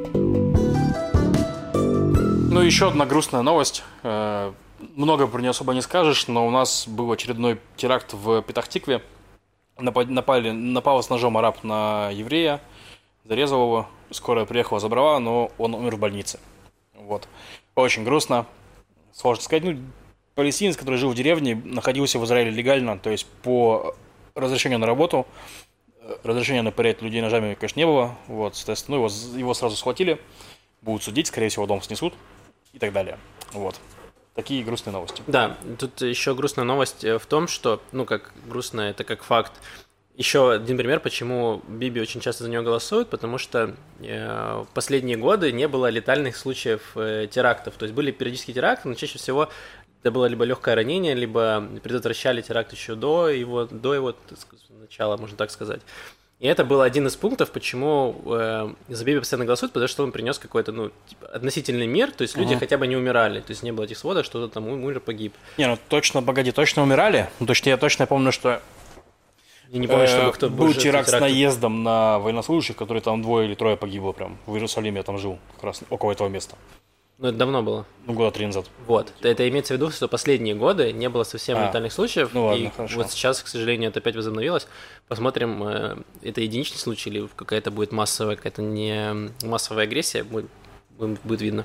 Ну, еще одна грустная новость. Э, много про нее особо не скажешь, но у нас был очередной теракт в Петах-Тикве. Напали, напал с ножом араб на еврея, зарезал его скорая приехала, забрала, но он умер в больнице. Вот. Очень грустно. Сложно сказать. Ну, палестинец, который жил в деревне, находился в Израиле легально, то есть по разрешению на работу. Разрешения напырять людей ножами, конечно, не было. Вот, соответственно, его, его сразу схватили, будут судить, скорее всего, дом снесут и так далее. Вот. Такие грустные новости. Да, тут еще грустная новость в том, что, ну, как грустная, это как факт. Еще один пример, почему Биби очень часто за нее голосуют, потому что э, в последние годы не было летальных случаев э, терактов. То есть были периодические теракты, но чаще всего это было либо легкое ранение, либо предотвращали теракт еще до его, до его так сказать, начала, можно так сказать. И это был один из пунктов, почему э, за Биби постоянно голосуют, потому что он принес какой-то, ну, типа, относительный мир, то есть люди uh-huh. хотя бы не умирали, то есть не было этих сводок, что кто-то там умер, погиб. Не, ну точно, погоди, точно умирали? Ну, точно, я точно помню, что я не помню, чтобы кто был теракт с наездом на военнослужащих, которые там двое или трое погибло прям. В Иерусалиме я там жил, как раз около этого места. Ну, это давно было. Ну, года три назад. Вот. Это имеется в виду, что последние годы не было совсем а, летальных случаев. Ну, ладно, и хорошо. Вот сейчас, к сожалению, это опять возобновилось. Посмотрим, это единичный случай или какая-то будет массовая, какая-то не массовая агрессия, будет, будет видно.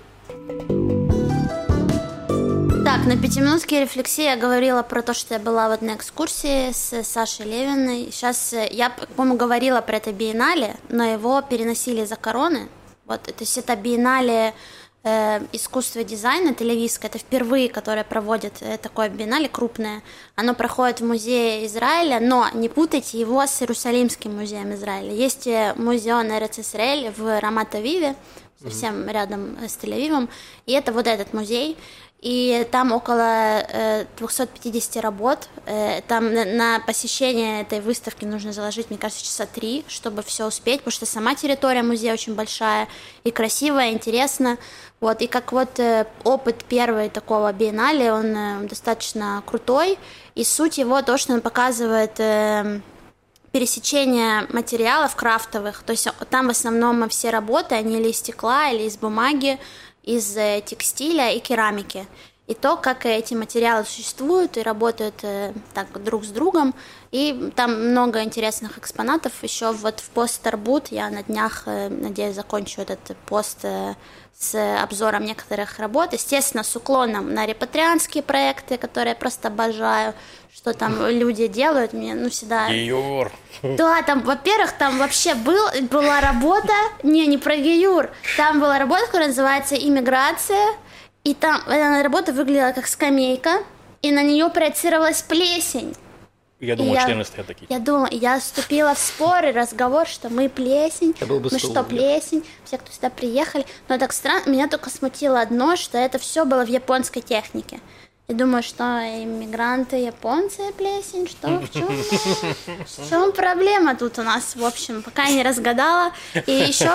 Так, на пятиминутке рефлексии я говорила про то, что я была в одной экскурсии с Сашей Левиной. Сейчас я, по-моему, говорила про это биеннале, но его переносили из-за короны. Вот, то есть это биеннале э, искусства и дизайна тель-авивское, это впервые, которое проводит э, такое биеннале крупное. Оно проходит в музее Израиля, но не путайте его с Иерусалимским музеем Израиля. Есть музеон Эрец Исраэль в Рамат-Авиве, совсем mm-hmm. рядом с Тель-Авивом, и это вот этот музей. И там около э, двести пятьдесят работ. Э, там на, на посещение этой выставки нужно заложить, мне кажется, часа три, чтобы все успеть, потому что сама территория музея очень большая и красивая, интересно. Вот, и как вот э, опыт первый такого биеннале, он э, достаточно крутой. И суть его то, что он показывает э, пересечение материалов крафтовых. То есть там в основном все работы, они или из стекла, или из бумаги, из текстиля и керамики. И то, как эти материалы существуют и работают э, так друг с другом. И там много интересных экспонатов. Еще вот в пост Тарбут я на днях, э, надеюсь, закончу этот пост э, с обзором некоторых работ. Естественно, с уклоном на репатрианские проекты, которые я просто обожаю, что там люди делают. Мне, ну, всегда... Геюр. Да, там, во-первых, там вообще был, была работа, не, не про геюр, там была работа, которая называется «Иммиграция», и там эта работа выглядела как скамейка, и на нее проецировалась плесень. Я думал, я, члены стоят такие. Я думала, я вступила в спор и разговор, что мы плесень, мы что, плесень, все, кто сюда приехали. Но так странно, меня только смутило одно, что это все было в японской технике. Я думаю, что иммигранты японцы, плесень, что, в чем, в чем проблема тут у нас, в общем, пока я не разгадала. И еще,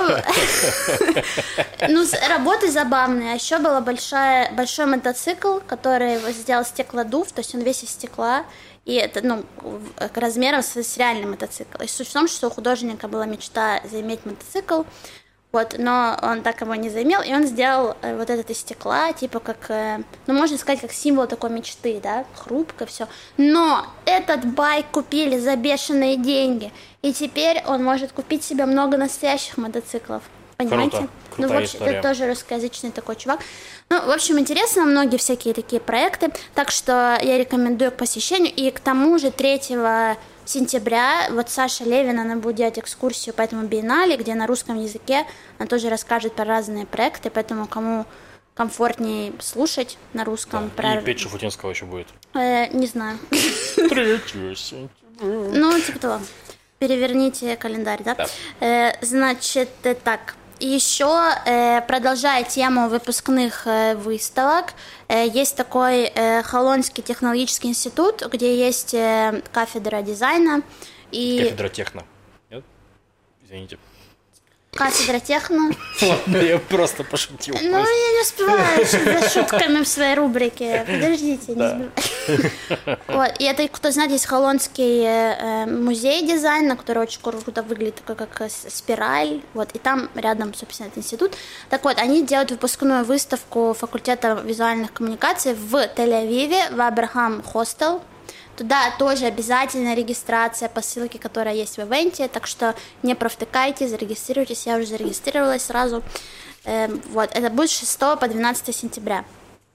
ну, работы забавные, а еще был большой мотоцикл, который сделал стеклодув, то есть он весь из стекла, и это, ну, размером с реальным мотоциклом. И суть в том, что у художника была мечта заиметь мотоцикл, вот, но он так его не заимел, и он сделал э, вот этот из стекла, типа как, э, ну, можно сказать, как символ такой мечты, да, хрупко все. Но этот байк купили за бешеные деньги, и теперь он может купить себе много настоящих мотоциклов, понимаете? Круто. Ну, в общем, это тоже русскоязычный такой чувак. Ну, в общем, интересно, многие всякие такие проекты, так что я рекомендую к посещению, и к тому же третьего сентября вот Саша Левина, она будет делать экскурсию по этому биеннале, где на русском языке она тоже расскажет про разные проекты, поэтому кому комфортнее слушать на русском. Да, про... И Петя Шафутинского еще будет. Э, не знаю. третьего сентября. Ну, типа того. Переверните календарь, да? Да. Э, значит, так. Еще, э, продолжая тему выпускных э, выставок, э, есть такой э, Холонский технологический институт, где есть э, кафедра дизайна. И... Кафедра техно. Нет? Извините. Кафедра техно. Ладно, я просто пошутил. Ну, я не успеваю за шутками в своей рубрике. Подождите, не забывайте. Вот, и это, кто знает, есть Холонский э, музей дизайна, который очень круто выглядит, такой как спираль. Вот, и там рядом, собственно, этот институт. Так вот, они делают выпускную выставку факультета визуальных коммуникаций в Тель-Авиве, в Абрахам Хостел. Туда тоже обязательно регистрация по ссылке, которая есть в ивенте, так что не провтыкайте, зарегистрируйтесь, я уже зарегистрировалась сразу. Вот, это будет с шестого по двенадцатое сентября.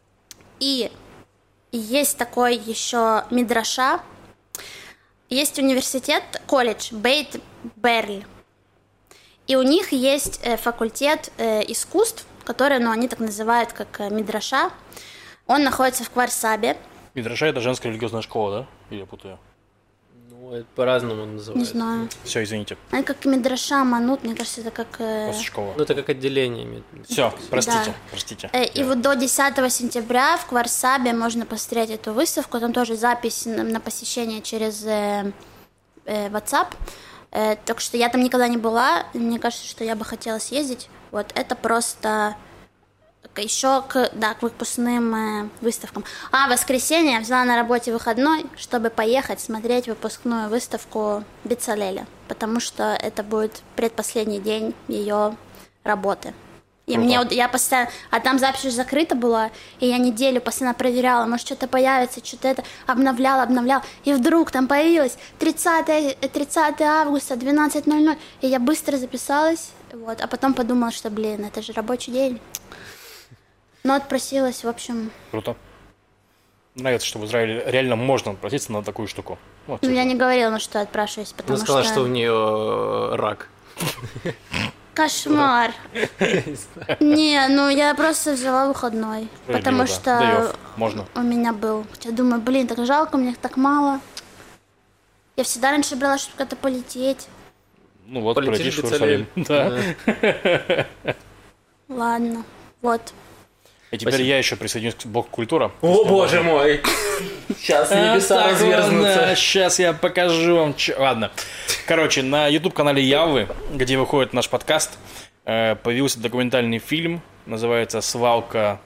И есть такой еще мидраша, есть университет, колледж Бейт Берль, и у них есть факультет искусств, который, ну, они так называют, как мидраша. Он находится в Кварсабе. Мидраша — это женская религиозная школа, да? Или я путаю? Ну, это по-разному называется. Не знаю. Все, извините. Это как мидраша, манут, мне кажется, это как... Просто школа. Ну, это как отделение. Все, простите, Да. простите. И вот до десятого сентября в Кварсабе можно посмотреть эту выставку. Там тоже запись на, на посещение через э, э, WhatsApp. Э, так что я там никогда не была. Мне кажется, что я бы хотела съездить. Вот это просто еще к, да, к выпускным э, выставкам. А в воскресенье я взяла на работе выходной, чтобы поехать смотреть выпускную выставку Бецалеля, потому что это будет предпоследний день ее работы. И Круто. мне, я постоянно... А там запись уже закрыта была, и я неделю постоянно проверяла, может, что-то появится, что-то это... Обновляла, обновляла. И вдруг там появилось тридцатое августа, двенадцать ноль ноль, и я быстро записалась, вот, а потом подумала, что, блин, это же рабочий день. Но отпросилась, в общем... Круто. Нравится, что в Израиле реально можно отпроситься на такую штуку. Вот, Ну, я не говорила, ну, что отпрашиваюсь, потому Она сказала, что... что у нее рак. Кошмар. Не, ну я просто взяла выходной, потому да. что Даёв. Можно. у меня был. Хотя думаю, блин, так жалко, мне так мало. Я всегда раньше брала, чтобы куда-то полететь. Ну вот, Полетишь полетишь в в Бецалель. Иерусалим. Да. Ладно, вот. И теперь Спасибо. я еще присоединюсь к блоку культура. О, боже мой! Сейчас небеса разверзнутся. Сейчас я покажу вам. чё- Ладно. Короче, на YouTube-канале Явы, где выходит наш подкаст, э, появился документальный фильм. Называется «Свалка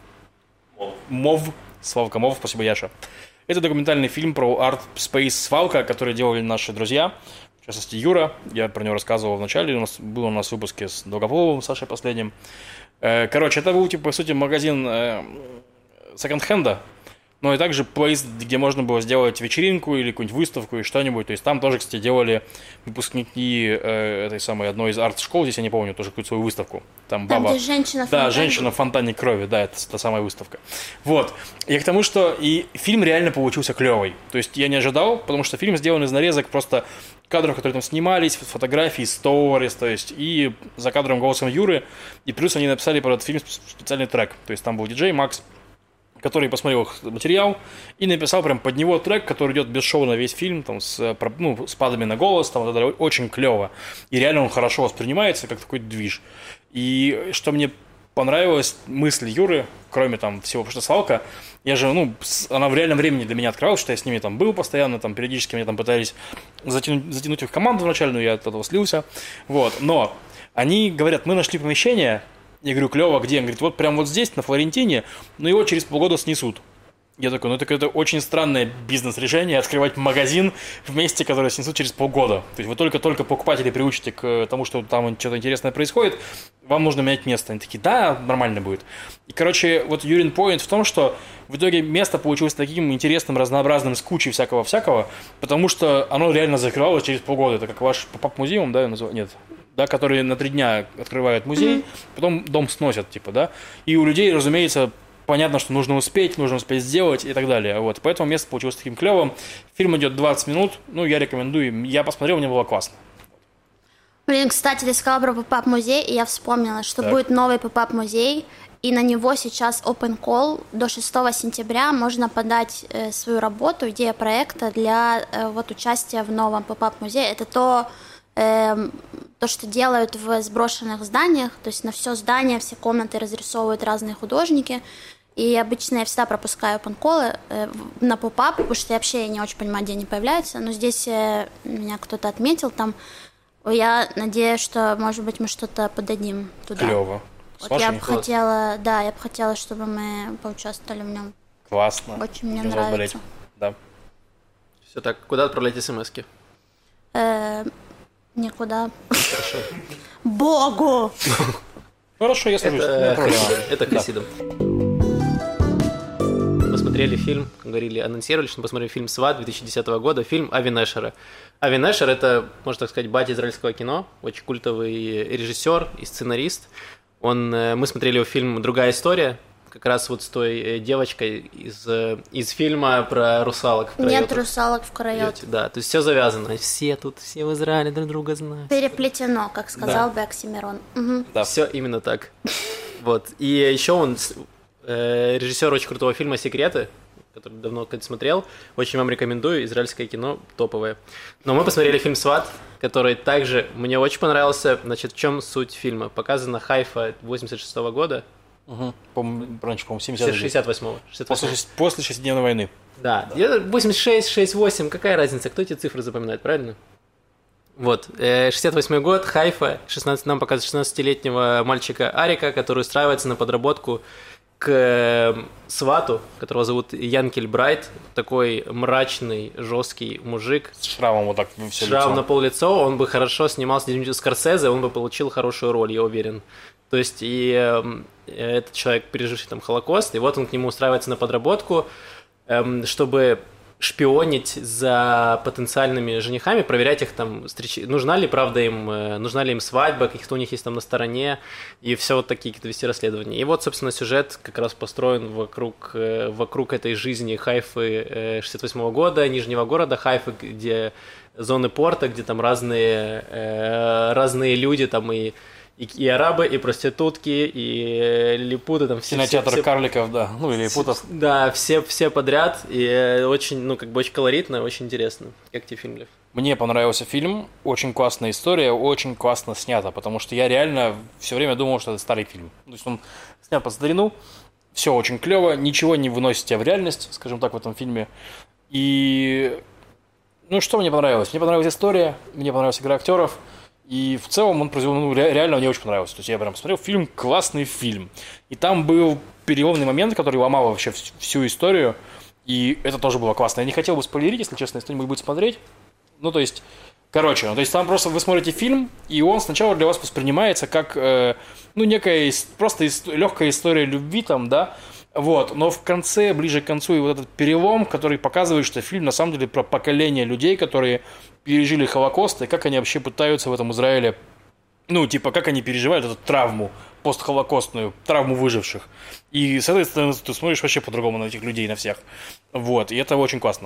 Мов». «Свалка Мов», спасибо, Яша. Это документальный фильм про Art Space Свалка, который делали наши друзья. В частности, Юра. Я про него рассказывал в начале. У нас был у нас в выпуске с Долгополовым, Сашей последним. Э, Короче, это был, типа, по сути, магазин э, секонд-хенда, но и также плейс, где можно было сделать вечеринку или какую-нибудь выставку и что-нибудь. То есть там тоже, кстати, делали выпускники э, этой самой одной из арт-школ, здесь я не помню, тоже какую-то свою выставку. Там, Там, баба... где женщина в Да, фонтане. женщина в фонтане крови, да, это та самая выставка. Вот. Я к тому, что и фильм реально получился клевый. То есть я не ожидал, потому что фильм сделан из нарезок просто кадров, которые там снимались, фотографии, сторис, то есть и за кадром голосом Юры. И плюс они написали про этот фильм специальный трек. То есть там был диджей Макс, который посмотрел их материал и написал прям под него трек, который идет без шоу на весь фильм, там, с, ну, с падами на голос, там, вот это очень клево. И реально он хорошо воспринимается, как такой движ. И что мне понравилась мысль Юры, кроме там всего, потому что Свалка, я же, ну, она в реальном времени для меня открывалась, что я с ними там был постоянно, там периодически меня там пытались затянуть, затянуть их в команду вначале, но я от этого слился, вот, но они говорят, мы нашли помещение, я говорю, клево, где? Он говорит, вот прям вот здесь, на Флорентине, но его через полгода снесут. Я такой, ну это какое-то очень странное бизнес-решение, открывать магазин в месте, которое снесут через полгода. То есть вы только-только покупатели приучите к тому, что там что-то интересное происходит, вам нужно менять место. Они такие, да, нормально будет. И, короче, вот Юрин поинт в том, что в итоге место получилось таким интересным, разнообразным, с кучей всякого-всякого, потому что оно реально закрывалось через полгода. Это как ваш поп-музеум, да, называют? Нет. Да, которые на три дня открывают музей, mm-hmm. потом дом сносят, типа, да. И у людей, разумеется, понятно, что нужно успеть, нужно успеть сделать и так далее. Вот, поэтому место получилось таким клевым. Фильм идет двадцать минут, ну, я рекомендую. Я посмотрел, мне было классно. Блин, кстати, ты сказала про поп-музей, и я вспомнила, что Так. будет новый поп-музей, и на него сейчас open call. До шестого сентября можно подать э, свою работу, идея проекта для э, вот участия в новом поп-музее. Это то, э, то, что делают в сброшенных зданиях, то есть на все здание, все комнаты разрисовывают разные художники. И обычно я всегда пропускаю open-call э, на поп-ап, потому что я вообще не очень понимаю, где они появляются. Но здесь э, меня кто-то отметил там. Я надеюсь, что, может быть, мы что-то подадим туда. Клево. С Вот я вашими? бы хотела, да, я бы хотела, чтобы мы поучаствовали в нем. Классно. Очень мне Будем за вас нравится. болеть. Да. Все так, куда отправлять смски? Э, никуда. Богу! Хорошо, я слушаюсь. Это, не проблема. это Да. Хасидом. посмотрели фильм, говорили, анонсировали, что мы посмотрели фильм «Сват» две тысячи десятого года, фильм Ави Нешера. Ави Нешер – это, можно так сказать, батя израильского кино, очень культовый режиссер и сценарист. Он, мы смотрели его фильм «Другая история», как раз вот с той девочкой из, из фильма про русалок в Крайоте. Нет русалок в Крайоте. Да, то есть все завязано. Все тут, все в Израиле друг друга знают. Переплетено, как сказал да. бы Оксимирон. Угу. Да, все именно так. Вот. И еще он э, режиссер очень крутого фильма «Секреты», который давно когда смотрел. Очень вам рекомендую. Израильское кино топовое. Но мы посмотрели фильм «Сват», который также мне очень понравился. Значит, в чем суть фильма? Показана Хайфа восемьдесят шестого года. Угу. По-моему, раньше, по-моему, семидесятого. шестьдесят восьмого. После, после шестидневной войны. Да, да. восемьдесят шесть, шестьдесят восемь, какая разница? Кто эти цифры запоминает, правильно? Вот, шестьдесят восьмой год, Хайфа, шестнадцать, нам показывает шестнадцатилетнего мальчика Арика, который устраивается на подработку к свату, которого зовут Янкель Брайт, такой мрачный, жесткий мужик. С шрамом вот так все Шрам лицо. на пол лица, он бы хорошо снимался с Скорсезе, он бы получил хорошую роль, я уверен. То есть и э, этот человек, переживший там Холокост, и вот он к нему устраивается на подработку, э, чтобы шпионить за потенциальными женихами, проверять их там, встреч... нужна ли, правда, им, э, нужна ли им свадьба, каких-то у них есть там на стороне, и все вот такие какие-то вести расследования. И вот, собственно, сюжет как раз построен вокруг, э, вокруг этой жизни Хайфы э, шестьдесят восьмого года, Нижнего города Хайфы, где зоны порта, где там разные, э, разные люди, там и И, и арабы, и проститутки, и липуты, там все. Кинотеатр все, карликов, да, ну или липутов. Да, все, все подряд, и очень, ну, как бы очень колоритно, очень интересно. Как тебе фильм, Лев? Мне понравился фильм, очень классная история, очень классно снято, потому что я реально все время думал, что это старый фильм. То есть он снят под старину, все очень клево, ничего не выносит тебя в реальность, скажем так, в этом фильме. И, ну, что мне понравилось? Мне понравилась история, мне понравилась игра актеров. И в целом он произвел, ну, реально мне очень понравился. То есть я прям посмотрел фильм, классный фильм. И там был переломный момент, который ломал вообще всю историю. И это тоже было классно. Я не хотел бы спойлерить, если честно, если кто-нибудь будет смотреть. Ну, то есть, короче, ну, то есть там просто вы смотрите фильм, и он сначала для вас воспринимается как, э, ну, некая просто ис- легкая история любви там, да. Вот, но в конце, ближе к концу, и вот этот перелом, который показывает, что фильм на самом деле про поколение людей, которые пережили Холокост, и как они вообще пытаются в этом Израиле, ну, типа, как они переживают эту травму, постхолокостную, травму выживших. И с этой стороны ты смотришь вообще по-другому на этих людей, на всех. Вот, и это очень классно.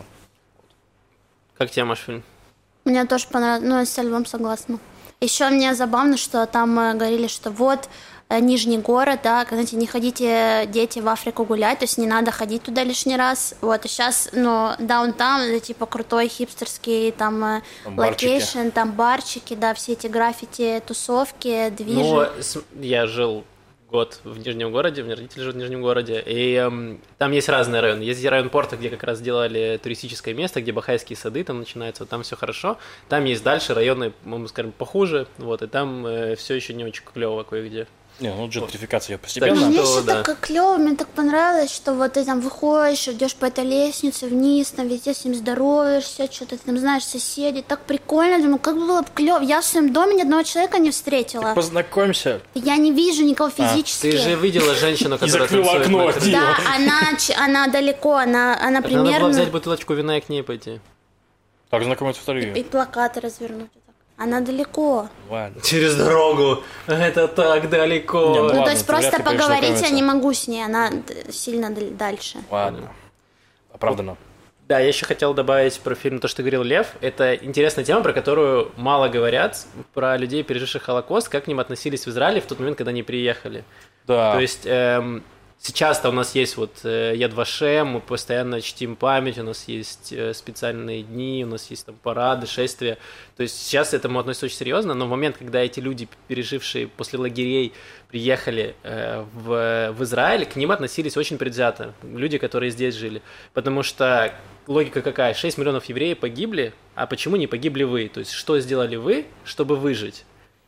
Как тебе, Маш, фильм? Мне тоже понравилось, ну, я с Львом согласна. Еще мне забавно, что там э, говорили, что вот э, Нижний город, да, знаете, не ходите, дети, в Африку гулять, то есть не надо ходить туда лишний раз. Вот, и сейчас, ну, даунтаун, это типа крутой хипстерский там, э, Там локейшн, барчики. там барчики, да, все эти граффити, тусовки, движи. Ну, с- я жил год в Нижнем городе, у меня родители живут в Нижнем городе, и эм, там есть разные районы. Есть район порта, где как раз сделали туристическое место, где Бахайские сады там начинаются, вот там все хорошо. Там есть дальше районы, мы скажем, похуже, вот, и там э, все еще не очень клево кое-где. Не, ну, джентрификация постепенно. Так Мне что, еще да. так клево, мне так понравилось, что вот ты там выходишь, идешь по этой лестнице вниз, там везде с ним здороваешься, что-то ты там знаешь соседей, так прикольно, думаю, как было бы клево. Я в своем доме ни одного человека не встретила. Познакомься. Я не вижу никого физически. Ты же видела женщину, которая закрыла танцует окно на от крыше. нее. Да, она, ч- она далеко, она, она Так надо было примерно... взять бутылочку вина и к ней пойти. Так, знакомиться вторые. И плакаты развернуть. вот так. Она далеко. Ладно. Через дорогу. Это так далеко. Не, ну Ну, ладно, то есть это вряд просто ли, конечно, поговорить я знакомиться. не могу с ней, она д- сильно д- дальше. Ладно. Оправдано. Да, я еще хотел добавить про фильм то, что говорил Лев. Это интересная тема, про которую мало говорят, про людей, переживших Холокост, как к ним относились в Израиле в тот момент, когда они приехали. Да. То есть эм, сейчас-то у нас есть вот э, Яд Вашем, мы постоянно чтим память, у нас есть э, специальные дни, у нас есть там парады, шествия. То есть сейчас к этому относятся очень серьезно, но в момент, когда эти люди, пережившие после лагерей, приехали э, в, в Израиль, к ним относились очень предвзято. Люди, которые здесь жили. Потому что логика какая? шесть миллионов евреев погибли, а почему не погибли вы? То есть что сделали вы, чтобы выжить?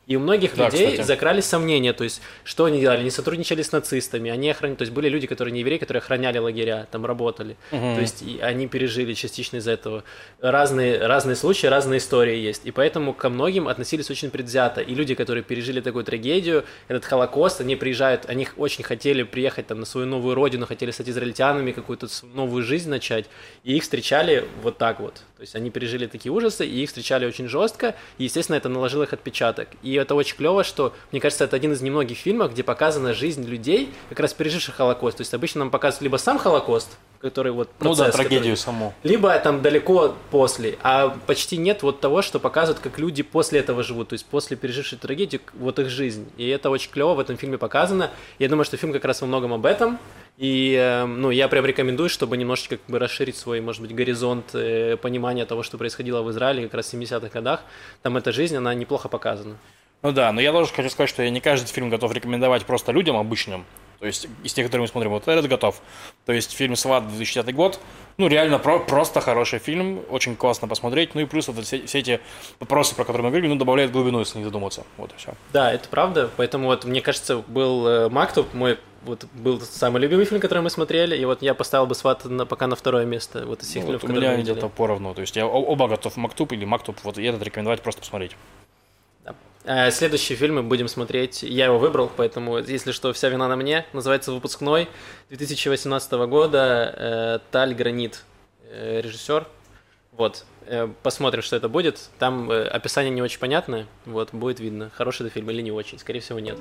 И у многих Да, людей кстати. закрались сомнения, то есть, что они делали, они сотрудничали с нацистами, они охраняли, то есть, были люди, которые не евреи, которые охраняли лагеря, там работали, Мгм. то есть, и они пережили частично из этого. Разные, разные случаи, разные истории есть, и поэтому ко многим относились очень предвзято, и люди, которые пережили такую трагедию, этот Холокост, они приезжают, они очень хотели приехать там на свою новую родину, хотели стать израильтянами, какую-то с- новую жизнь начать, и их встречали вот так вот, то есть, они пережили такие ужасы, и их встречали очень жестко, и, естественно, это наложило их отпечаток, и это очень клево, что, мне кажется, это один из немногих фильмов, где показана жизнь людей, как раз переживших Холокост. То есть обычно нам показывают либо сам Холокост, который вот Ну процесс, да, трагедию который- саму. либо там далеко после, а почти нет вот того, что показывают, как люди после этого живут, то есть после пережившей трагедию, вот их жизнь. И это очень клево в этом фильме показано. Я думаю, что фильм как раз во многом об этом. И э, ну, я прям рекомендую, чтобы немножечко как бы расширить свой, может быть, горизонт э, понимания того, что происходило в Израиле как раз в семидесятых годах. Там эта жизнь, она неплохо показана. Ну да, но я тоже хочу сказать, что я не каждый фильм готов рекомендовать просто людям обычным. То есть из тех, которые мы смотрим, вот этот готов. То есть фильм «Сват» две тысячи десятый год, ну реально про- просто хороший фильм, очень классно посмотреть. Ну и плюс вот все, все эти вопросы, про которые мы говорили, ну добавляют глубину, если не задуматься. Вот и все. Да, это правда. Поэтому вот, мне кажется, был э, «Мактуб», мой вот был самый любимый фильм, который мы смотрели, и вот я поставил бы «Сват» на, пока на второе место вот из всех Ну, фильмов, вот у которые меня мы они видели. где-то поровну. То есть я о- оба готов «Мактуб» или «Мактуб», вот и этот рекомендовать просто посмотреть. Э, Следующий фильм мы будем смотреть, я его выбрал, поэтому, если что, вся вина на мне. Называется «Выпускной» две тысячи восемнадцатого года, э, Таль Гранит, э, режиссер. Вот, э, посмотрим, что это будет. Там э, описание не очень понятное, вот, будет видно, хороший это фильм или не очень, скорее всего, нет.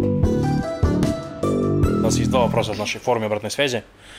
У нас есть два вопроса в нашей форме обратной связи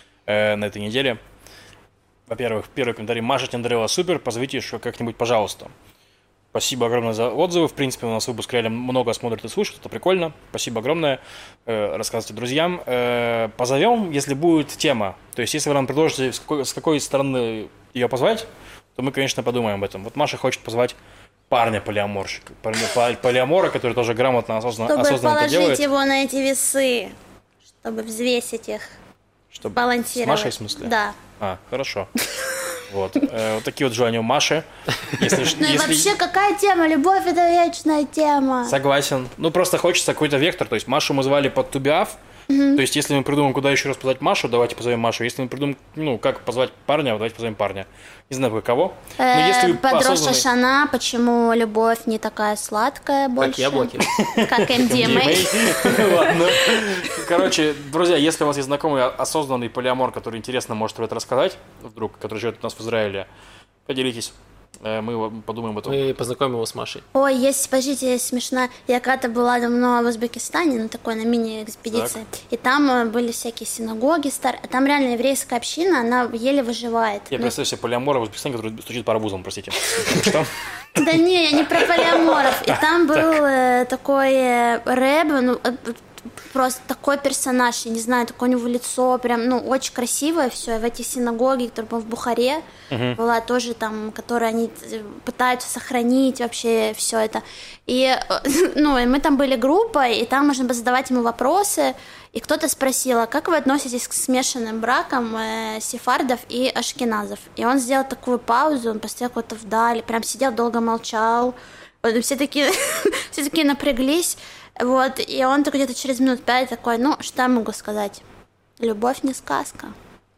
э, на этой неделе. Во-первых, первый комментарий. Маша Тендреева супер, позовите еще как-нибудь, пожалуйста. Спасибо огромное за отзывы. В принципе, у нас выпуск реально много смотрят и слушают. Это прикольно. Спасибо огромное. Э, рассказывайте друзьям. Э, позовем, если будет тема. То есть, если вы нам предложите, с какой, с какой стороны ее позвать, то мы, конечно, подумаем об этом. Вот Маша хочет позвать парня-полиаморщика. Парня, поли- полиамора, который тоже грамотно, осознанно, Чтобы осознанно это положить делает. его на эти весы, чтобы взвесить их, Чтобы... балансировать. С Машей, в смысле? Да. А, хорошо. Вот. Э, вот такие вот желания у Маши. Если, ш- Ну и если- вообще, какая тема? Любовь — это вечная тема. Согласен. Ну, просто хочется какой-то вектор. То есть Машу мы звали под Тубиав. То есть, если мы придумаем, куда еще раз позвать Машу, давайте позовем Машу. Если мы придумаем, ну, как позвать парня, давайте позовем парня. Не знаю, пока кого. Но если Э, вы Под Рош осознанный- Хашана, почему любовь не такая сладкая больше? Как яблоки. Как эм ди эм эй. Ладно. Короче, друзья, если у вас есть знакомый осознанный полиамор, который интересно может про это рассказать, вдруг, который живет у нас в Израиле, поделитесь. Э, Мы подумаем об этом. Мы познакомим его с Машей. Ой, есть, подождите, есть смешно. Я когда-то была давно в Узбекистане, на такой, на мини-экспедиции. И там э, были всякие синагоги старые. Там реально еврейская община, она еле выживает. Я Ну, представляю себе полиамора в Узбекистане, который стучит по арбузам, простите. Что? Да не, я не про полиаморов. И там был э, такой э, рэб, ну, э, просто такой персонаж, я не знаю, такое у него лицо, прям, ну, очень красивое все. В эти синагоги, которые был в Бухаре, была тоже там, которые они э, пытаются сохранить вообще все это. И, э, ну, и мы там были группой, и там можно было задавать ему вопросы, и кто-то спросил, а как вы относитесь к смешанным бракам э, сефардов и ашкеназов? И он сделал такую паузу, он постоял куда-то вдали, прям сидел, долго молчал. Вот, и все такие, все такие напряглись. Вот, и он только где-то через минут пять такой, ну, что я могу сказать? Любовь не сказка.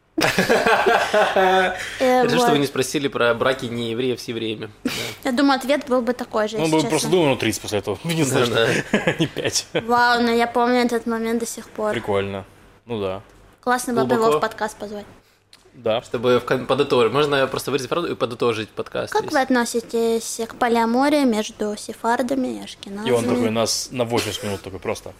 Э, Хорошо, вот. что вы не спросили про браки не евреев с евреями. Да. Я думаю, ответ был бы такой же, Ну, если он честно. просто думал, ну, тридцать после этого. Не знаю, Да, что. Не пять. Вау, но я помню этот момент до сих пор. Прикольно. Ну да. Классно было бы его Глубоко. в подкаст позвать. Да. Чтобы в кон- подытожить. Можно просто вырезать правду и подытожить подкаст. Как весь. вы относитесь к полиамории между сефардами и ашкеназами? И он такой нас на восемьдесят минут такой просто.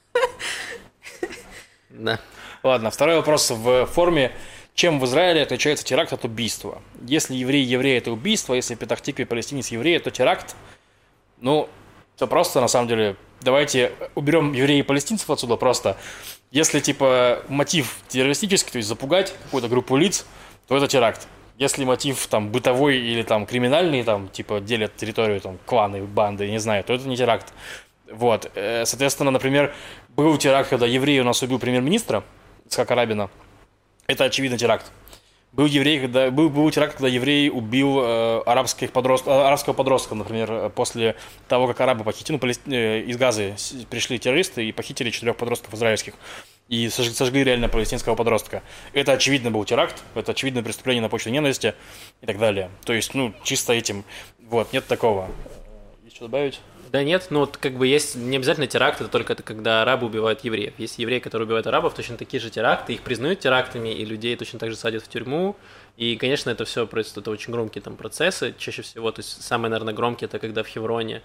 Да. Ладно, второй вопрос в форме. Чем в Израиле отличается теракт от убийства? Если еврей еврей это убийство, если в Петах-Тикве палестинец еврей, то теракт. Ну, все просто, на самом деле. Давайте уберем евреев и палестинцев отсюда просто. Если, типа, мотив террористический, то есть запугать какую-то группу лиц, то это теракт. Если мотив, там, бытовой или, там, криминальный, там, типа, делят территорию, там, кланы, банды, не знаю, то это не теракт. Вот. Э, Соответственно, например, был теракт, когда еврей у нас убил премьер-министра Ицхака Рабина. Это, очевидно, теракт. Был еврей, когда был, был теракт, когда еврей убил э, арабских подрост, арабского подростка, например, после того, как арабы похитили, ну, палест... э, из Газы пришли террористы и похитили четырех подростков израильских. И сожгли, сожгли реально палестинского подростка. Это очевидно был теракт, это очевидное преступление на почве ненависти и так далее. То есть, ну, чисто этим, вот, нет такого. Есть что добавить? Да нет, ну вот как бы есть не обязательно теракт, это только это когда арабы убивают евреев. Есть евреи, которые убивают арабов, точно такие же теракты, их признают терактами, и людей точно так же садят в тюрьму. И, конечно, это все происходит, это очень громкие там процессы, чаще всего, то есть самые, наверное, громкие, это когда в Хевроне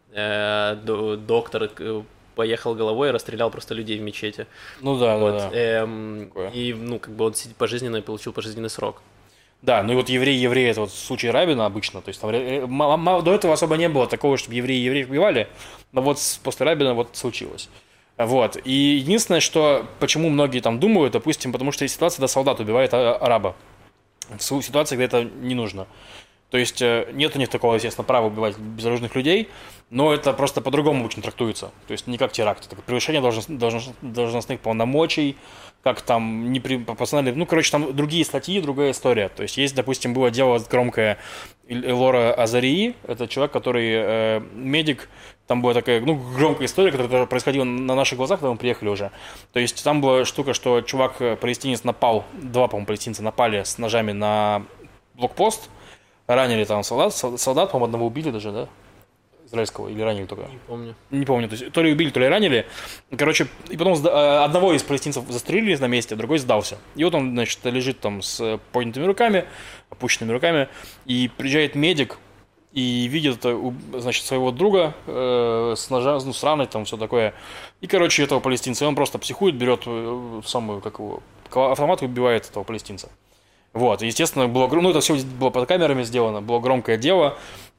э, доктор поехал головой и расстрелял просто людей в мечети. Ну да, вот. да, да. Эм, и, ну, как бы он пожизненно и получил пожизненный срок. Да, ну и вот еврей-еврей, это вот случай Рабина обычно, то есть там, до этого особо не было такого, чтобы евреи евреев убивали, но вот после Рабина вот случилось. Вот, и единственное, что, почему многие там думают, допустим, потому что есть ситуация, когда солдат убивает араба, в ситуации, когда это не нужно. То есть нет у них такого, естественно, права убивать безоружных людей, но это просто по-другому очень трактуется. То есть не как теракт, это как превышение должностных, должностных полномочий, как там не при, пацаны, ну, короче, там другие статьи, другая история. То есть есть, допустим, было дело громкое Элора Азарии, это человек, который э, медик, там была такая, ну, громкая история, которая происходила на наших глазах, когда мы приехали уже. То есть там была штука, что чувак, палестинец, напал, два, по-моему, палестинца напали с ножами на блокпост, ранили там солдат, солдат, по-моему, одного убили даже, да? Израильского, или ранили только? Не помню. Не помню, то есть то ли убили, то ли ранили. Короче, и потом одного из палестинцев застрелили на месте, другой сдался. И вот он, значит, лежит там с поднятыми руками, опущенными руками, и приезжает медик, и видит, значит, своего друга э, с ножа, ну, с раной, там, все такое. И, короче, этого палестинца, и он просто психует, берет самую, как его, автомат, убивает этого палестинца. Вот, естественно, было, ну, это все было под камерами сделано, было громкое дело.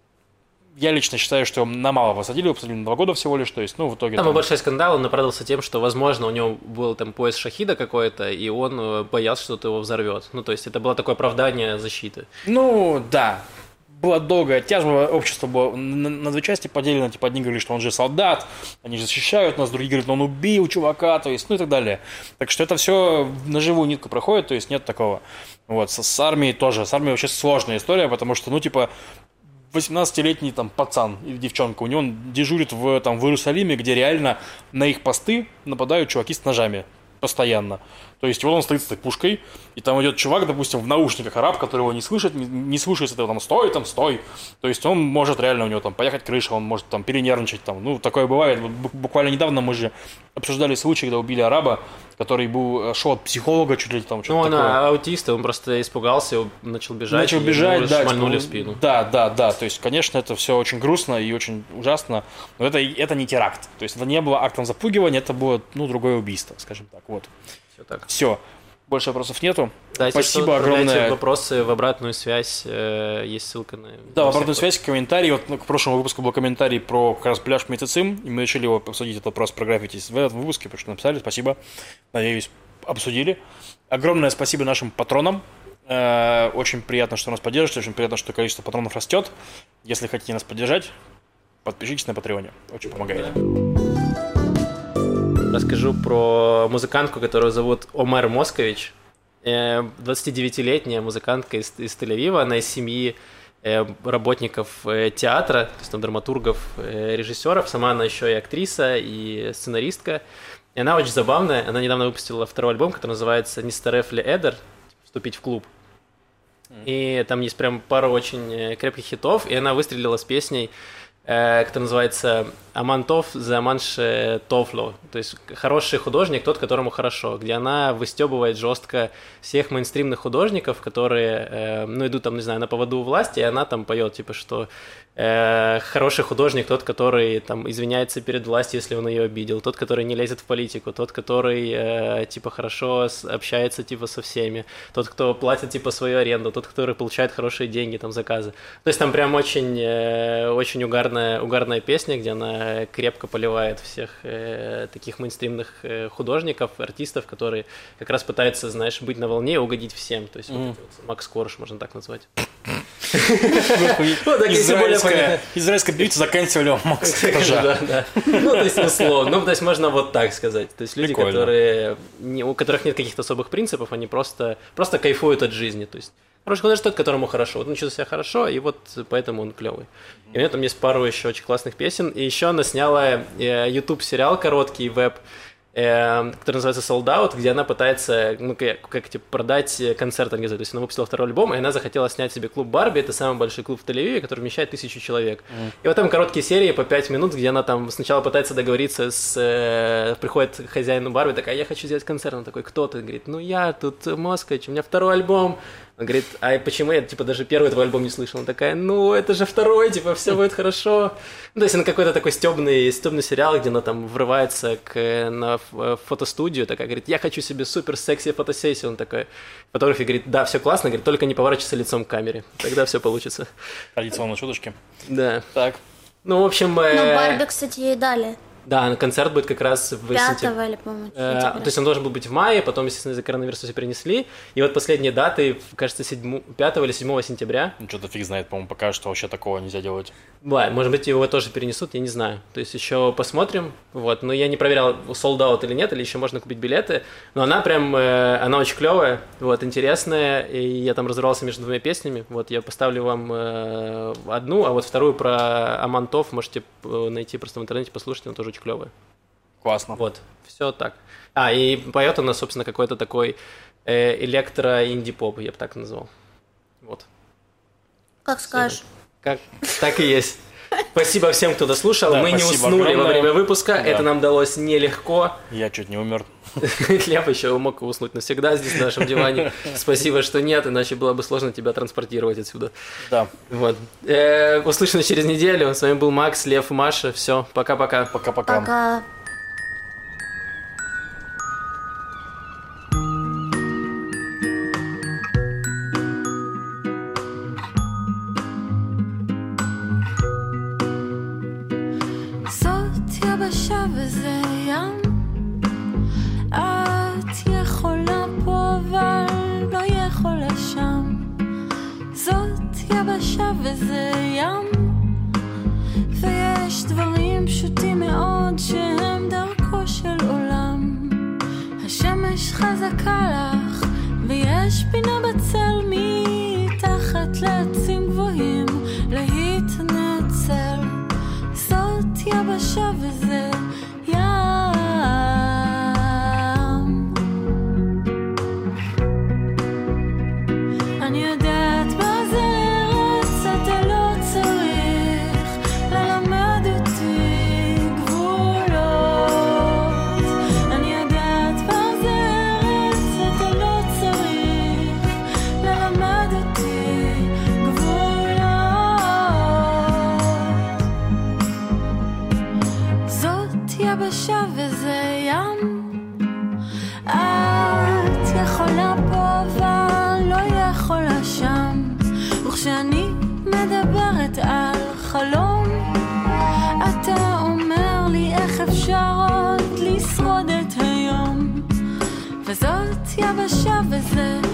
Я лично считаю, что на мало посадили, его посадили на два года всего лишь, то есть, ну, в итоге... Там был большой скандал, он оправдался тем, что, возможно, у него был там пояс шахида какой-то, и он боялся, что-то его взорвет. Ну, то есть, это было такое оправдание защиты. Ну, да. Была долгая тяжба, общество было на, на две части поделено, типа, одни говорили, что он же солдат, они же защищают нас, другие говорят, он убил чувака, то есть, ну, и так далее. Так что это все на живую нитку проходит, то есть, нет такого. Вот, с, с армией тоже, с армией вообще сложная история, потому что, ну, типа... восемнадцатилетний там пацан или девчонка, у него он дежурит в, там, в Иерусалиме, где реально на их посты нападают чуваки с ножами постоянно. То есть вот он стоит с этой пушкой, и там идет чувак, допустим, в наушниках, араб, который его не слышит, не, не слушается этого, там, стой, там, стой. То есть он может реально, у него там поехать крыша, он может там перенервничать, там, ну, такое бывает. Буквально недавно мы же обсуждали случай, когда убили араба, который был, шел от психолога чуть ли там, что-то ну, он такое. аутист, он просто испугался, начал бежать, начал бежать, да, шмальнули типа, в спину. Да, да, да, то есть, конечно, это все очень грустно и очень ужасно, но это, это не теракт, то есть это не было актом запугивания, это было, ну, другое убийство, скажем так, вот. Все так. Все. Больше вопросов нету. Да, спасибо что, огромное. Вопросы в обратную связь, э, есть ссылка на... Да, на в обратную связь, комментарий. Вот, ну, к прошлому выпуску был комментарий про как раз пляж Митицим, и мы решили его обсудить, этот вопрос про граффити в этом выпуске, потому что написали, спасибо. Надеюсь, обсудили. Огромное спасибо нашим патронам. Э, очень приятно, что нас поддерживаете, очень приятно, что количество патронов растет. Если хотите нас поддержать, подпишитесь на Патреоне. Очень помогает. Расскажу про музыкантку, которую зовут Омер Москович. двадцатидевятилетняя музыкантка из, из Тель-Авива. Она из семьи работников театра, то есть там драматургов, режиссеров. Сама она еще и актриса, и сценаристка. И она очень забавная. Она недавно выпустила второй альбом, который называется «Нистереф ле Эдер», «Вступить в клуб». И там есть прям пару очень крепких хитов. И она выстрелила с песней, который называется «Амантов за Аманше Тофло», то есть хороший художник, тот, которому хорошо, где она выстебывает жестко всех мейнстримных художников, которые, э, ну, идут там, не знаю, на поводу у власти, и она там поет, типа, что э, хороший художник тот, который там извиняется перед властью, если он ее обидел, тот, который не лезет в политику, тот, который, э, типа, хорошо общается, типа, со всеми, тот, кто платит, типа, свою аренду, тот, который получает хорошие деньги, там, заказы. То есть там прям очень, э, очень угарная, угарная песня, где она крепко поливает всех э, таких мейнстримных э, художников, артистов, которые как раз пытаются, знаешь, быть на волне и угодить всем. То есть mm. вот, вот, Макс Корж, можно так назвать. Израильская певица заканчивали Макс. Да, да. Ну, то есть, условно. Ну, то есть, можно вот так сказать. То есть, люди, которые, у которых нет каких-то особых принципов, они просто просто кайфуют от жизни. То есть, хороший художник тот, которому хорошо. Вот он чувствует себя хорошо, и вот поэтому он клевый. И у нее там есть пару еще очень классных песен. И еще она сняла YouTube-сериал короткий, веб, который называется Sold Out, где она пытается, ну, как, как типа, продать концерт организовать. То есть она выпустила второй альбом, и она захотела снять себе клуб Барби, это самый большой клуб в Тель-Авиве, который вмещает тысячу человек. Mm. И вот там короткие серии по пять минут, где она там сначала пытается договориться с... Э, приходит к хозяину Барби, такая, я хочу сделать концерт. Он такой, кто ты? Он говорит, ну я тут Москвич, у меня второй альбом. Он говорит, а почему я, типа, даже первый твой альбом не слышал? Она такая, ну, это же второй, типа, все будет хорошо. Ну, то есть, она какой-то такой стёбный, стёбный сериал, где она там врывается к, на фотостудию, такая, говорит, я хочу себе супер секси фотосессию. Он такой, фотограф говорит, да, все классно, говорит, только не поворачивайся лицом к камере, тогда все получится. Традиционные шуточки. Да. Так. Ну, в общем... Э... Ну, Барби, кстати, ей дали. Да, концерт будет как раз в пятого сентябре. или, по-моему, э, То есть он должен был быть в мае, потом, естественно, из-за коронавируса все перенесли. И вот последние даты, кажется, пятого или седьмого сентября. Ну, что-то фиг знает, по-моему, пока что вообще такого нельзя делать. Да, может быть, его тоже перенесут, я не знаю. То есть еще посмотрим. Вот. Но я не проверял, sold out или нет, или еще можно купить билеты. Но она прям, э, она очень клевая, вот, интересная. И я там разорвался между двумя песнями. Вот, я поставлю вам э, одну, а вот вторую про Амантов можете найти просто в интернете, послушать, она тоже очень клевая. Классно. Вот, все так. А, и поет она, собственно, какой-то такой э, электро-инди-поп, я бы так назвал. Вот. Как скажешь. Как, так и есть. Спасибо всем, кто дослушал. Да, мы не уснули огромное. Во время выпуска. Да. Это нам далось нелегко. Я чуть не умер. Я бы еще мог уснуть навсегда здесь, на нашем диване. Спасибо, что нет, иначе было бы сложно тебя транспортировать отсюда. Да. Вот. Э, услышим через неделю. С вами был Макс, Лев, Маша. Все, пока-пока. Пока-пока. Пока. וזה ים את יכולה פה אבל לא יכולה שם זאת יבשה וזה ים ויש דברים פשוטים מאוד שהם דרכו של עולם השמש חזקה לך ויש פינה בצל מתחת לעצים גבוהים להתנצל זאת יבשה וזה ים אני יודעת מה זה ארץ אתה לא צריך ללמד אותי גבולות אני יודעת מה זה ארץ אתה לא צריך ללמד אותי גבולות זאת יבשה וזה ים את יכולה פה אבל לא יכולה שם וכשאני מדברת על חלום אתה אומר לי איך אפשר עוד לשרוד את היום וזאת יבשה וזה